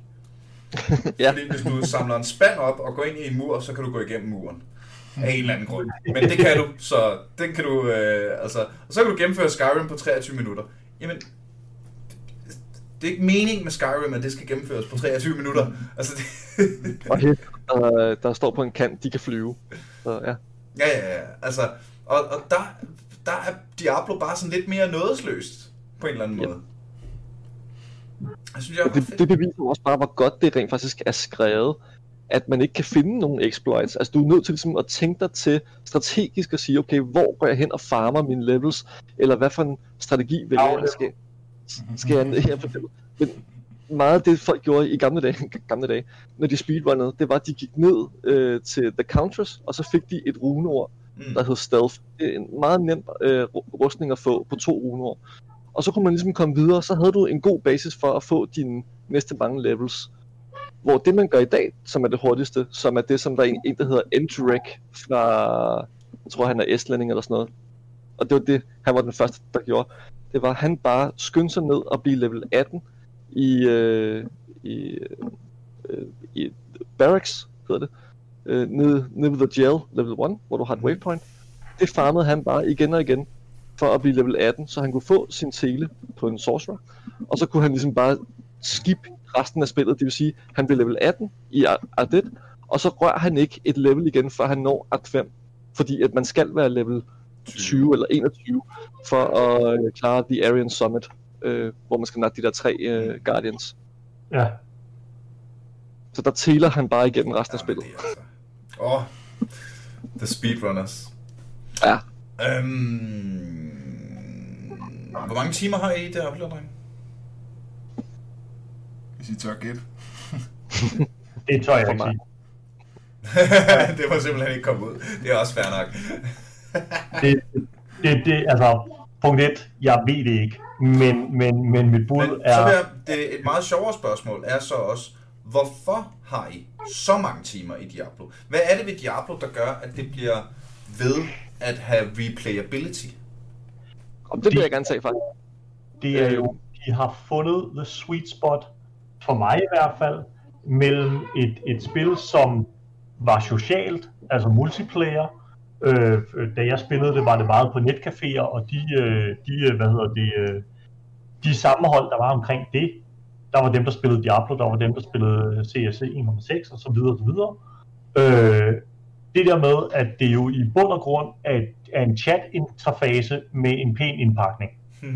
ja. Fordi hvis du samler en spand op og går ind i en mur, så kan du gå igennem muren. Af en eller anden grund. Men det kan du, så den kan du, uh, altså, og så kan du gennemføre Skyrim på treogtyve minutter. Jamen, det er ikke meningen med Skyrim, at det skal gennemføres på treogtyve minutter. Altså, det... Og her, der, der står på en kant, de kan flyve. Så, ja. Ja, ja, ja. Altså, og, og der, der er Diablo bare sådan lidt mere nådesløst, på en eller anden måde. Yep. Jeg synes, jeg er det, det beviser også bare, hvor godt det rent faktisk er skrevet, at man ikke kan finde nogen exploits. Altså, du er nødt til ligesom, at tænke dig til strategisk at sige, okay, hvor går jeg hen og farmer mine levels, eller hvad for en strategi vælger jeg, skal, skal jeg ned her for det. Men meget af det, folk gjorde i gamle dage, gamle dage når de speedrunnede, det var, at de gik ned øh, til The Counters, og så fik de et runeord, mm. der hed Stealth. Det er en meget nem øh, rustning at få på to runeord. Og så kunne man ligesom komme videre, så havde du en god basis for at få dine næste mange levels. Hvor det man gør i dag, som er det hurtigste, som er det, som der er en, en der hedder Enturek fra, jeg tror han er estlænding eller sådan noget. Og det var det, han var den første, der gjorde. Det var, at han bare skyndte sig ned og blive level atten i, øh, i, øh, i Barracks, hedder det. Øh, nede, nede ved The Jail, level et, hvor du har et waypoint. Det farmede han bare igen og igen for at blive level atten, så han kunne få sin tele på en sorcerer. Og så kunne han ligesom bare skip resten af spillet, det vil sige, at han bliver level atten i Art et, og så rører han ikke et level igen, før han når Art fem. Fordi at man skal være level tyve eller enogtyve for at øh, klare The Aryan Summit, øh, hvor man skal nakke de der tre øh, Guardians. Ja. Så der tæler han bare igennem resten af spillet. Åh, oh, The Speedrunners. Ja. Øhm, hvor mange timer har I i det her, drenge? Hvis I tør gætte. Det tør jeg ikke sige. Det må simpelthen ikke komme ud. Det er også fair nok. det, det, det, altså, punkt et, jeg ved det ikke, men, men, men mit bud men, er... Så vil jeg, det, et meget sjovere spørgsmål er så også, hvorfor har I så mange timer i Diablo? Hvad er det ved Diablo, der gør, at det bliver ved at have replayability? Og det vil jeg gerne sige, faktisk. Det er jo, de har fundet the sweet spot, for mig i hvert fald, mellem et, et spil, som var socialt, altså multiplayer. Øh, da jeg spillede det, var det meget på netcaféer, og de, de, hvad hedder det, de sammenhold, der var omkring det, der var dem, der spillede Diablo, der var dem, der spillede C S en komma seks, og så videre, og så videre. Øh, det der med, at det jo i bund og grund er, er en chat-interface med en pæn indpakning.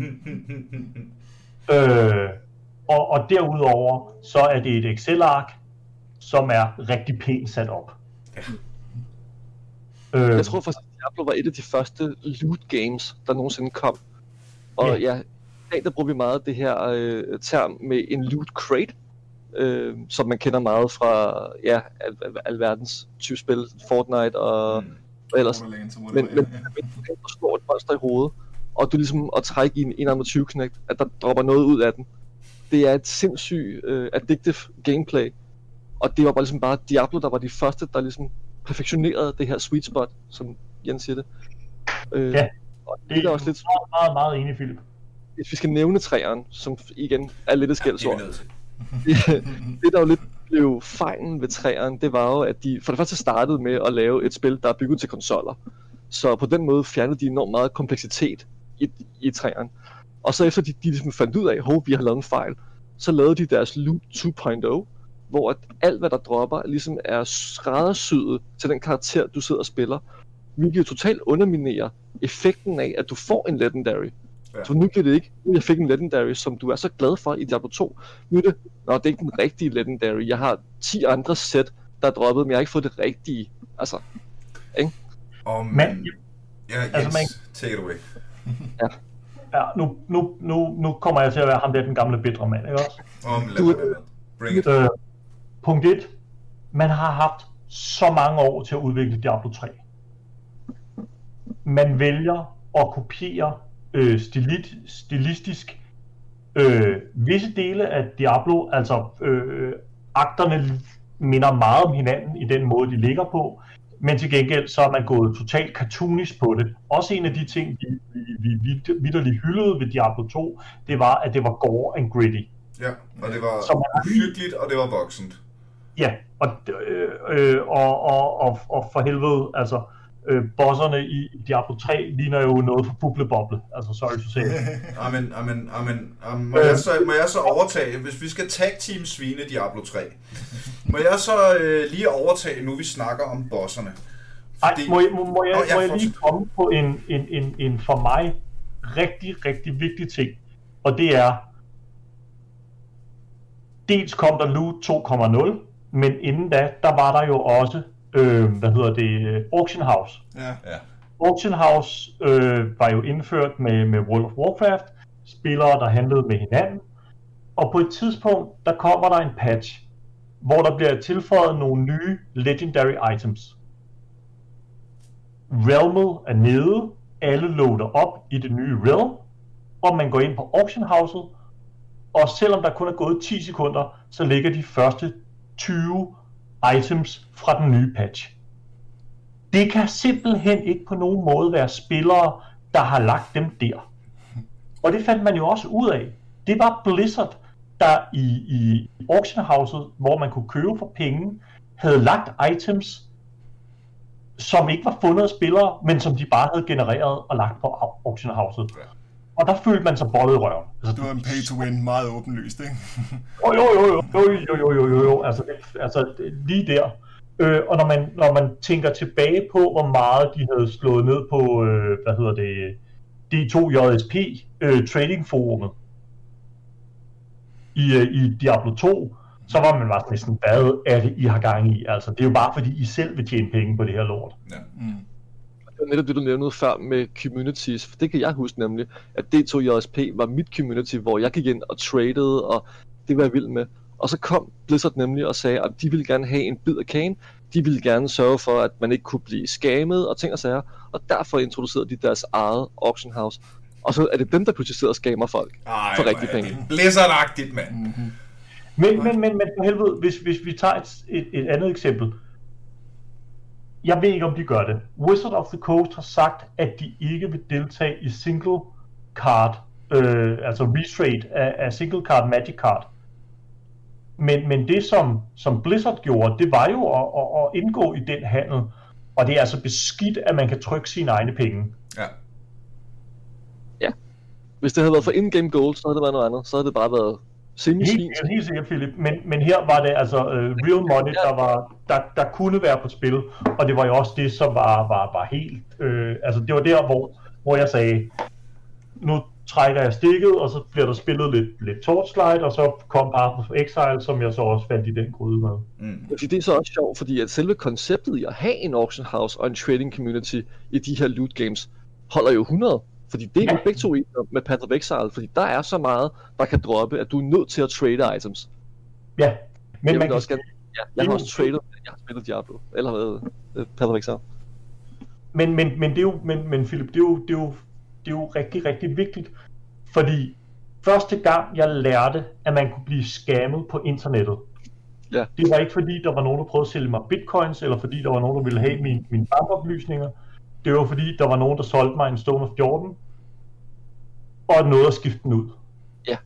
øh, og, og derudover, så er det et Excel-ark, som er rigtig pænt sat op. Ja. Øh, jeg tror faktisk, at Diablo var et af de første loot games, der nogensinde kom. Og ja, ja i dag der bruger vi meget det her øh, term med en loot crate, øh, som man kender meget fra ja, al, al, alverdens type spil, Fortnite og, mm. og ellers. Men, men, men du slår et monster i hovedet, og du ligesom at trække i en enogtyve knægt, at der dropper noget ud af den. Det er et sindssygt øh, addictive gameplay, og det var bare ligesom bare Diablo, der var de første, der ligesom perfektionerede det her sweet spot, som Jens siger det. Øh, ja, og det, det er også lidt meget, meget, meget enig, Philip. Hvis vi skal nævne træeren, som igen er lidt et skældsord. Ja, det der jo lidt blev fejlen ved træeren, det var jo, at de for det første startede med at lave et spil, der er bygget til konsoller. Så på den måde fjernede de enormt meget kompleksitet i, i træeren. Og så efter de, de ligesom fandt ud af, at vi har lavet en fejl, så lavede de deres Loot to punkt nul, hvor at alt hvad der dropper ligesom er skræddersyet til den karakter du sidder og spiller, hvilket jo totalt underminerer effekten af at du får en legendary. Ja. Så nu bliver det ikke, nu jeg fik en legendary, som du er så glad for i Diablo to. Nu er det, nå det er ikke den rigtige legendary, jeg har ti andre sæt der er droppet, men jeg har ikke fået det rigtige. Altså, ikke? Oh, man. Ja, Jens, altså, man... take it away. Ja. Ja, nu, nu, nu, nu kommer jeg til at være ham der, den gamle bitre mand, ikke også? Oh, du, bring it. Øh, punkt et. Man har haft så mange år til at udvikle Diablo tre. Man vælger at kopiere øh, stilit, stilistisk øh, visse dele af Diablo, altså øh, akterne minder meget om hinanden i den måde, de ligger på, men til gengæld så er man gået totalt cartoonisk på det. Også en af de ting, vi, vi, vi vitterligt hyldede ved Diablo to, det var, at det var gore and gritty. Ja, og det var hyggeligt, og det var voksent. Ja, og, øh, øh, og, og, og, og for helvede, altså, øh, bosserne i Diablo tre ligner jo noget for bubleboble. Altså, sorry to say. Amen, amen, amen. amen. Må, jeg så, må jeg så overtage, hvis vi skal tag team svine Diablo tre, må jeg så øh, lige overtage, nu vi snakker om bosserne? Nej, må, må, må, jeg, Nå, jeg må jeg lige komme på en, en, en, en for mig rigtig, rigtig vigtig ting, og det er, dels kom der Loot to punkt nul, men inden da, der var der jo også, øh, hvad hedder det, Auction House. Ja, ja. Auction House øh, var jo indført med, med World of Warcraft, spillere, der handlede med hinanden, og på et tidspunkt, der kommer der en patch, hvor der bliver tilføjet nogle nye Legendary Items. Realmet er nede, alle loader op i det nye Realm, og man går ind på Auction House'et, og selvom der kun er gået ti sekunder, så ligger de første tyve items fra den nye patch. Det kan simpelthen ikke på nogen måde være spillere, der har lagt dem der. Og det fandt man jo også ud af. Det var Blizzard, der i, i Auction House'et, hvor man kunne købe for penge, havde lagt items, som ikke var fundet af spillere, men som de bare havde genereret og lagt på Auction House'et. Og der følte man sig bollet i røven. Altså, det var en pay to win, meget åbenlyst, ikke? Jo, jo, jo, jo, jo, jo, jo, jo, jo, altså, det, altså lige der. Øh, og når man, når man tænker tilbage på, hvor meget de havde slået ned på, øh, hvad hedder det, D to J S P øh, trading forumet i, øh, i Diablo to, så var man bare næsten, hvad er det, I har gang i? Altså, det er jo bare fordi, I selv vil tjene penge på det her lort. Ja. Mm. Det var netop det, du nævnte før med communities, for det kan jeg huske nemlig, at D to J S P var mit community, hvor jeg gik ind og tradede, og det var jeg vild med. Og så kom Blizzard nemlig og sagde, at de ville gerne have en bid af kagen, de ville gerne sørge for, at man ikke kunne blive scammet og ting og sager, og derfor introducerede de deres eget auction house. Og så er det dem, der pludselig sidder og scammer folk Ej, for rigtige penge. Det er Blizzard-agtigt, mand. Mm-hmm. Men, men, men, men for helvede, hvis, hvis vi tager et, et, et andet eksempel. Jeg ved ikke, om de gør det. Wizard of the Coast har sagt, at de ikke vil deltage i single card, øh, altså retrade af, af single card magic card. Men, men det, som, som Blizzard gjorde, det var jo at, at, at indgå i den handel. Og det er altså beskidt, at man kan trykke sine egne penge. Ja. Ja. Hvis det havde været for in-game gold, så havde det været noget andet. Så havde det bare været semi-svin. Helt, helt sikkert, Philip. Men, men her var det altså uh, real money, ja. der, var, der, der kunne være på spil. Og det var jo også det, som var, var, var helt... Øh, altså det var der, hvor, hvor jeg sagde, nu trækker jeg stikket, og så bliver der spillet lidt, lidt Torchlight, og så kom Path of Exile, som jeg så også fandt i den gryde med. Mm. Det er så også sjovt, fordi at selve konceptet i at have en auction house og en trading community i de her loot games, holder jo hundrede. Fordi det er jo begge to i med Path of Exile, fordi der er så meget, der kan droppe, at du er nødt til at trade items. Ja, men jeg man kan... også gerne... ja, jeg har også tradet, jeg har spillet Diablo, eller hvad, uh, Path of Exile. Men, men, men, det er jo, men, men Philip, det er, jo, det, er jo, det er jo rigtig, rigtig vigtigt, fordi første gang jeg lærte, at man kunne blive scammet på internettet, ja. Det var ikke fordi, der var nogen, der prøvede at sælge mig bitcoins, eller fordi der var nogen, der ville have mine, mine bankoplysninger. Det var fordi, der var nogen, der solgte mig en Stone of Jordan, og noget at skifte den ud. Ja.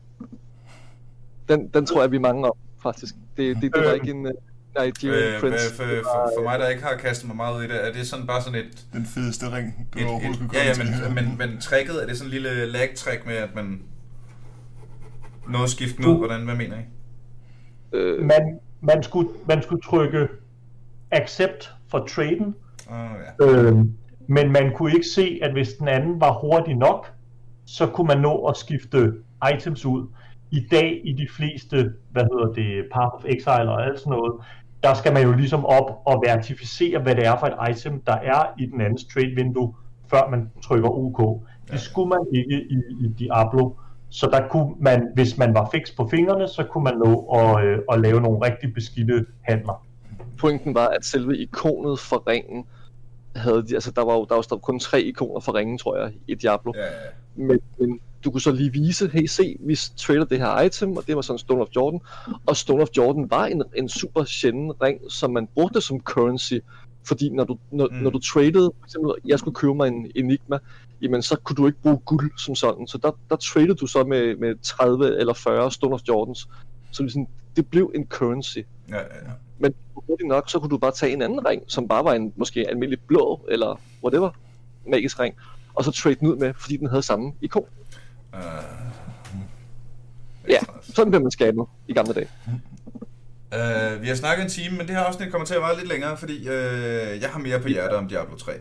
Den, den tror jeg, vi mange om, faktisk. Det, det, det var øh, ikke en uh, Nigerian øh, prince. For, for, for mig, der ikke har kastet mig meget ud i det, er det sådan bare sådan et... Den fedeste ring, du et, overhovedet et, kunne ja, komme ja, til. men, men, men tricket, er det sådan en lille lag-trick med, at man... Noget at skifte den ud, hvordan, hvad mener I? Øh, man, man, skulle, man skulle trykke accept for traden, oh, ja. øh, men man kunne ikke se, at hvis den anden var hurtig nok, så kunne man nå at skifte items ud. I dag i de fleste, hvad hedder det, Path of Exile og alt sådan noget, der skal man jo ligesom op og verificere, hvad det er for et item, der er i den andens trade vindue, før man trykker OK. Det ja. skulle man ikke i, i Diablo. Så der kunne man, hvis man var fix på fingrene, så kunne man nå at, øh, at lave nogle rigtig beskidte handler. Pointen var, at selve ikonet for ringen havde de, altså der var jo der var kun tre ikoner for ringen, tror jeg, i Diablo. Ja, ja. Men, men du kunne så lige vise, hey se, vi trader det her item, og det var sådan Stone of Jordan. Og Stone of Jordan var en, en super sjælden ring, som man brugte som currency. Fordi når du, når, mm. når du tradede, for eksempel, jeg skulle købe mig en Enigma, jamen så kunne du ikke bruge guld som sådan. Så der, der tradede du så med, med tredive eller fyrre Stone of Jordans. Så ligesom, det blev en currency. Ja, ja, ja. Men hurtigt nok, så kunne du bare tage en anden ring, som bare var en måske almindelig blå, eller whatever, magisk ring, og så trade den ud med, fordi den havde samme ikon. Uh, ja, sådan blev man skabet i gamle dage. Uh, vi har snakket en time, men det her afsnit kommer til at være lidt længere, fordi uh, jeg har mere på hjertet om Diablo tre.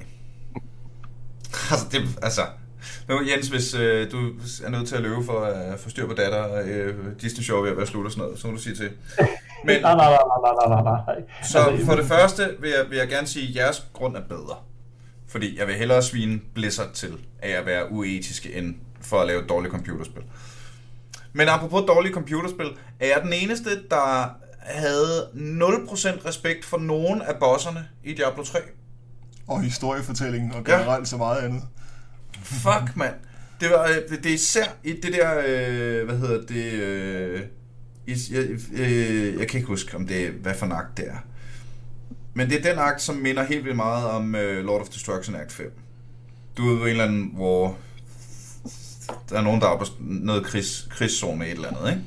altså, det, altså... Nu, Jens, hvis uh, du er nødt til at løbe for at uh, få styr på datter, uh, Disney Show ved at være slut og sådan noget, så må du sige til. Men, nej, nej, nej, nej, nej, nej. Så for det første vil jeg, vil jeg gerne sige, at jeres grund er bedre. Fordi jeg vil hellere svine Blizzard til af at være uetiske, end for at lave et dårligt computerspil. Men apropos dårlige computerspil, er jeg den eneste, der havde nul procent respekt for nogen af bosserne i Diablo tre. Og historiefortællingen, og generelt ja. så meget andet. Fuck, mand. Det, var, det, det er især i det der, øh, hvad hedder det, øh, jeg, øh, jeg kan ikke huske, om det er, hvad for en akt det er. Men det er den akt, som minder helt vildt meget om øh, Lord of Destruction Act fem. Du er jo en eller anden, hvor der er nogen, der er på noget krigs, krigszone et eller andet, ikke?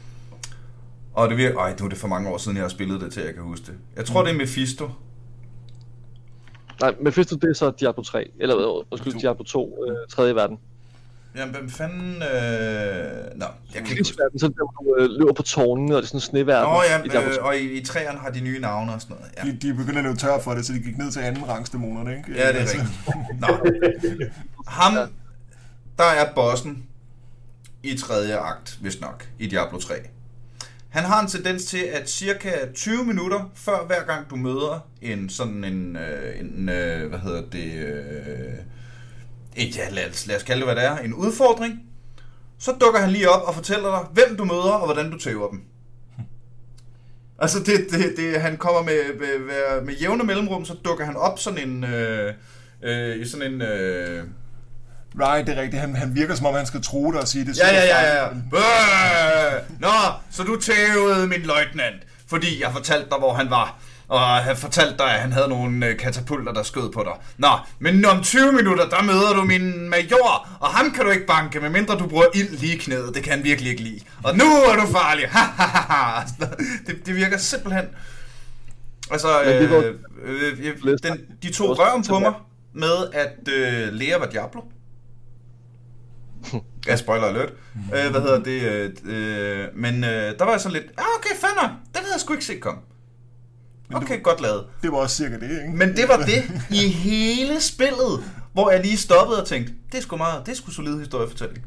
Og det virker, ej, nu er det for mange år siden, jeg har spillet det til, jeg kan huske det. Jeg tror, mm. det er Mephisto. Nej, Mephisto, det er så Diablo tre, eller undskyld, Diablo to, øh, tredje verden. Jamen, hvem fanden... Øh... Nå, jeg kan ikke huske. Så der, hvor du øh, løber på tårnene, og det er sådan en sneverden. Nå ja, øh, og i, i træerne har de nye navne og sådan noget. Ja. De, de er begyndt at løbe tør for det, så de gik ned til anden rangsdæmonerne, ikke? Ja, det er rigtigt. Nå. Ham, der er bossen i tredje akt, vist nok, i Diablo tre. Han har en tendens til, at cirka tyve minutter før hver gang du møder en sådan en, øh, en øh, hvad hedder det, øh, et, ja, lad os, lad os kalde det, hvad det er, en udfordring, så dukker han lige op og fortæller dig, hvem du møder og hvordan du tæver dem. Altså, det, det, det, han kommer med, med, med jævne mellemrum, så dukker han op sådan en, øh, øh, i sådan en... Øh, Right, det er rigtigt. Han, han virker som om, han skal tro dig og sige det. Ja, ja, ja, ja. Øh, nå, så du tævede min løjtnant, fordi jeg fortalte dig, hvor han var. Og han fortalte dig, at han havde nogle katapulter, der skød på dig. Nå, men om tyve minutter, der møder du min major, og ham kan du ikke banke, medmindre du bruger ild lige i knæet. Det kan han virkelig ikke lide. Og nu er du farlig. det, det virker simpelthen... Altså, øh, øh, den, de to røven på mig med, at øh, Lea var Diablo. Ja, spoiler alert. Øh, hvad hedder det? Øh, øh, men øh, der var jeg sådan lidt, ah, okay, fanden, den havde jeg sgu ikke set komme. Okay, det, godt lavet. Det var også cirka det, ikke? Men det var det i hele spillet, hvor jeg lige stoppede og tænkte, det er sgu meget, det er sgu solid historiefortælling.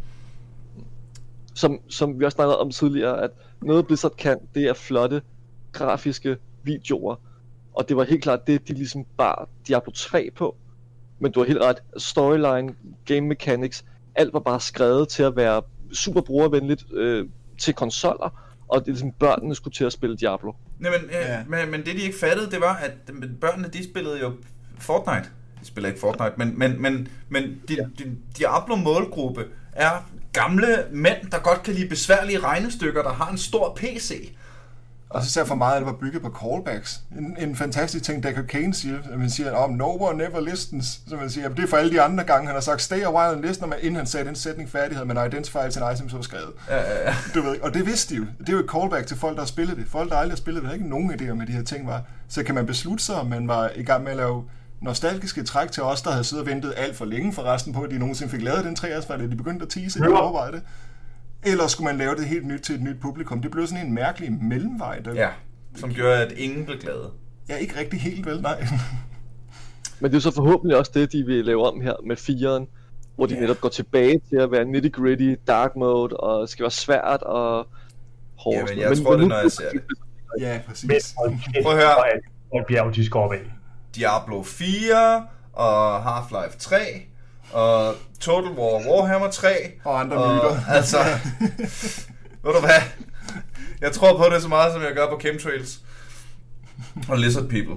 Som, som vi også snakkede om tidligere, at noget Blizzard kan, det er flotte grafiske videoer. Og det var helt klart det, de ligesom bar Diablo tre på. Men du har helt ret, storyline, game mechanics, alt var bare skrevet til at være super brugervenligt øh, til konsoller, og det er ligesom børnene skulle til at spille Diablo. Nej, men, øh, ja. men, men det de ikke fattede, det var, at børnene de spillede jo Fortnite. De spiller ikke Fortnite, men, men, men, men de, ja. de, Diablo-målgruppe er gamle mænd, der godt kan lide besværlige regnestykker, der har en stor P C. Og så ser for meget, at det var bygget på callbacks. En, en fantastisk ting, Deckard Cain siger, at man siger, oh, no one never listens. Så man siger, det er for alle de andre gange, han har sagt, stay a while and listen, inden han sagde den sætning færdig, havde man identified sin item, så var skrevet. Ja, ja, ja. Du ved, og det vidste de jo. Det er jo et callback til folk, der har spillet det. Folk, der aldrig har spillet det, har ikke nogen idéer med de her ting var. Så kan man beslutte sig, om man var i gang med at lave nostalgiske træk til os, der havde siddet og ventet alt for længe forresten på, at de nogensinde fik lavet den treårs, fordi de begyndte at tease, at de overvejede det. Eller skulle man lave det helt nyt til et nyt publikum? Det blev sådan en mærkelig mellemvej, der... Ja, som gjorde, at ingen blev glade. Ja, ikke rigtig helt vel, nej. Men det er så forhåbentlig også det, de vil lave om her med fireren, hvor de yeah. netop går tilbage til at være nitty-gritty, dark mode, og skal være svært og hårdt. Ja, men jeg men, tror men det, når jeg ser det. Ja, præcis. Men, prøv at høre. Og bjerg, de skal af. Diablo fire, og Half-Life tre, og Total War Warhammer tre. Og andre og, myter. Altså, ved du hvad? Jeg tror på det så meget, som jeg gør på Chemtrails og Lizard People.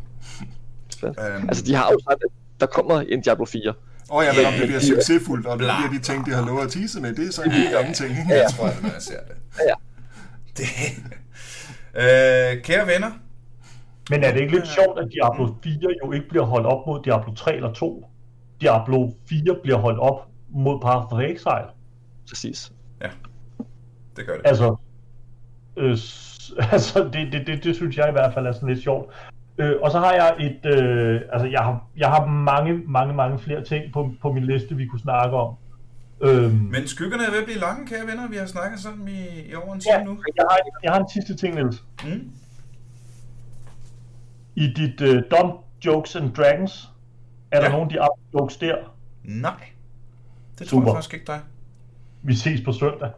Um, altså, de har jo sagt, at der kommer en Diablo fire. Åh oh, ja, men yeah, det bliver succesfuldt, og det bliver de ting, de har lovet at tease med. Det er så en helt anden ting. Ja, jeg tror det, når jeg ser det. Ja. det. Øh, kære venner. Men er det ikke lidt sjovt, at Diablo fire jo ikke bliver holdt op mod Diablo tre eller to? Diablo fire bliver holdt op mod Path of Exile. Præcis. Ja, det gør det. Altså, Øh, altså, det, det, det, det synes jeg i hvert fald er sådan lidt sjovt. Øh, og så har jeg et, øh, altså jeg har, jeg har mange, mange, mange flere ting på, på min liste, vi kunne snakke om. Øhm, Men skyggerne er ved at blive lange, kære venner. Vi har snakket sammen i, i over en time ja, nu. Jeg har, jeg har en sidste ting, Niels. Mm? I dit uh, Dumb Jokes and Dragons, er ja. der nogen af de andre jokes der? Nej, det Super. tror jeg faktisk ikke dig. Vi ses på søndag.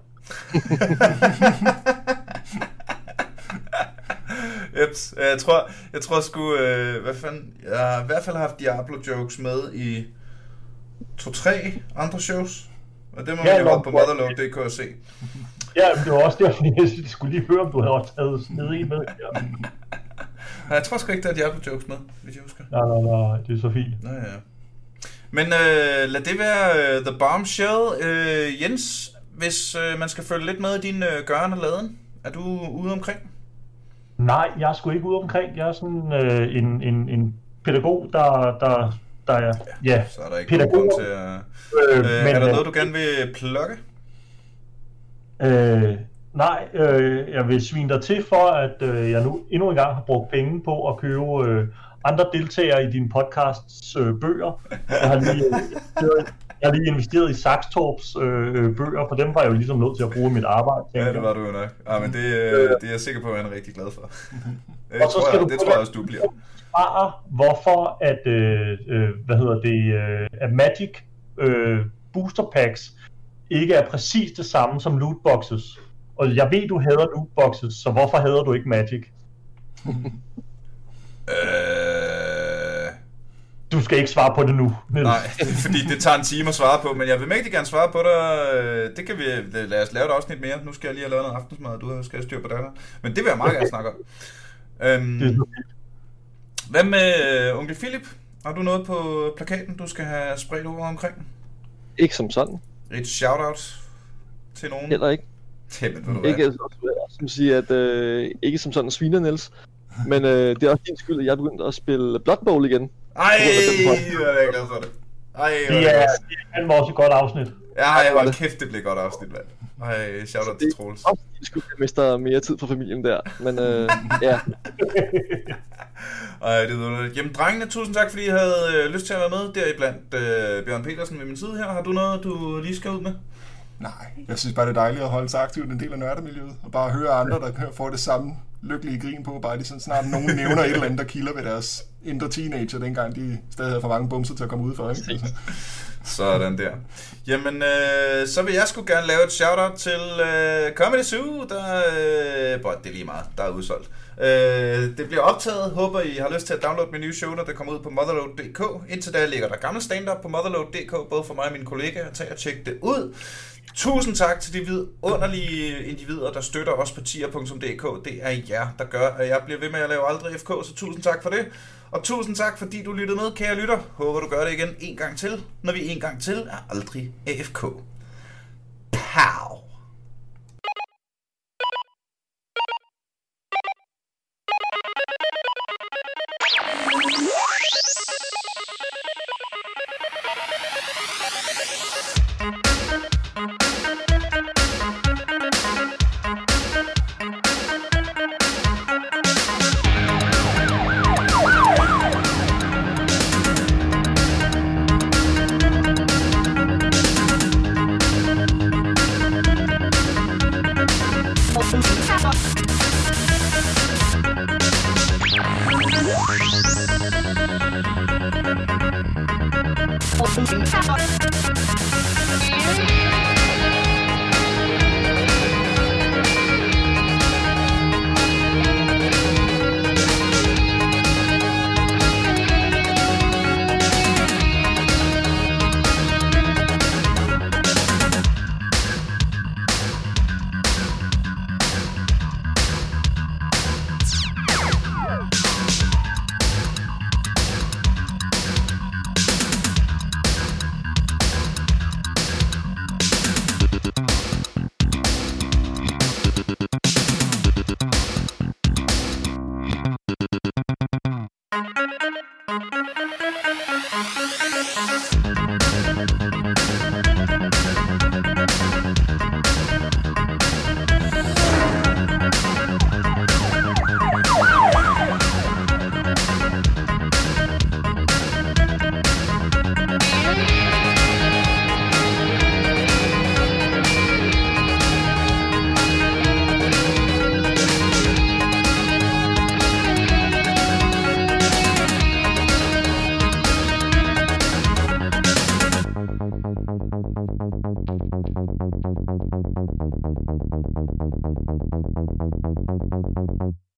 Jeps, jeg tror, jeg tror sgu, øh, hvad fanden, jeg har i hvert fald haft Diablo-jokes med i to-tre andre shows, og det må ja, man jo have på motherload punktum d k og se. Ja, men det var også derfor, jeg skulle lige høre, om du havde taget sådan en med. Ja. Jeg tror sgu ikke, der er Diablo-jokes med, hvis jeg husker. Nej, nej, nej, det er så fint. Nå ja. Men øh, lad det være uh, The Bombshell. Uh, Jens, hvis uh, man skal følge lidt med i din uh, gøren og laden, er du ude omkring? Nej, jeg er sgu ikke ude omkring. Jeg er sådan øh, en, en, en pædagog, der, der, der er... Ja, så er der ikke pædagog. nogen grund til at... Øh, øh, men, er der noget, du gerne vil plukke? Øh, nej, øh, jeg vil svine dig til for, at øh, jeg nu endnu engang har brugt penge på at købe øh, andre deltagere i din podcasts øh, bøger. Jeg har lige... Øh, Jeg har lige investeret i Saxtorps øh, bøger, for dem var jeg jo ligesom nødt til at bruge mit arbejde. Ja, det var du jo nok. Ja, men det, øh, det er jeg sikker på, at han er rigtig glad for. Det, og så skal jeg, du det tror jeg også, du bliver. Svare, hvorfor at, øh, øh, hvad hedder det, øh, at Magic øh, Booster Packs ikke er præcis det samme som lootboxes. Og jeg ved, du hader lootboxes, så hvorfor hader du ikke Magic? øh... Du skal ikke svare på det nu, Niels. Nej, fordi det tager en time at svare på, men jeg vil mægtig gerne svare på dig. Det kan vi, lad os lave et afsnit mere. Nu skal jeg lige have lavet noget aftensmad, og du skal have styr på det her. Men det vil jeg meget gerne snakke om. Øhm, hvad med uh, onkel Philip? Har du noget på plakaten, du skal have spredt over omkring? Ikke som sådan. Et shout-out til nogen? Heller ikke. Jamen, ved du ikke hvad? Som siger, at øh, ikke som sådan sviner, Niels. Men øh, det er også din skyld, at jeg er begyndt at spille Blood Bowl igen. Ej, hvor er jeg glad for det. Ej, hvor det er det er også et godt afsnit. Ja, ej, hold kæft, det blev godt afsnit, mand. Ej, shout-out til Troels. Det skulle jeg mister mere tid for familien der, men øh, ja. Ej, det er det. Jamen, drengene, tusind tak, fordi I havde øh, lyst til at være med. Deriblandt øh, Bjørn Petersen ved min side her. Har du noget, du lige skal ud med? Nej, jeg synes bare, det er dejligt at holde sig aktivt en del af nørdemiljøet, og bare høre andre, der får det samme lykkelige grin på, bare de sådan snart nogen nævner et eller andet, der kilder ved deres indre teenager, dengang de stadig havde for mange bumser til at komme ud for. Ikke? Sådan der. Jamen, øh, så vil jeg sgu gerne lave et shout-out til øh, Comedy Zoo, der øh, boy, det er lige meget, der er udsolgt. Øh, det bliver optaget, håber I har lyst til at downloade min nye show, når det kommer ud på motherload punktum d k. Indtil da ligger der gamle stand-up på motherload punktum d k, både for mig og mine kollegaer. Tag og tjek det ud. Tusind tak til de vidunderlige individer, der støtter os på tier punktum d k. Det er jer, der gør, at jeg bliver ved med at lave aldrig F K, så tusind tak for det. Og tusind tak, fordi du lyttede med, kære lytter. Håber du gør det igen en gang til, når vi en gang til er aldrig A F K.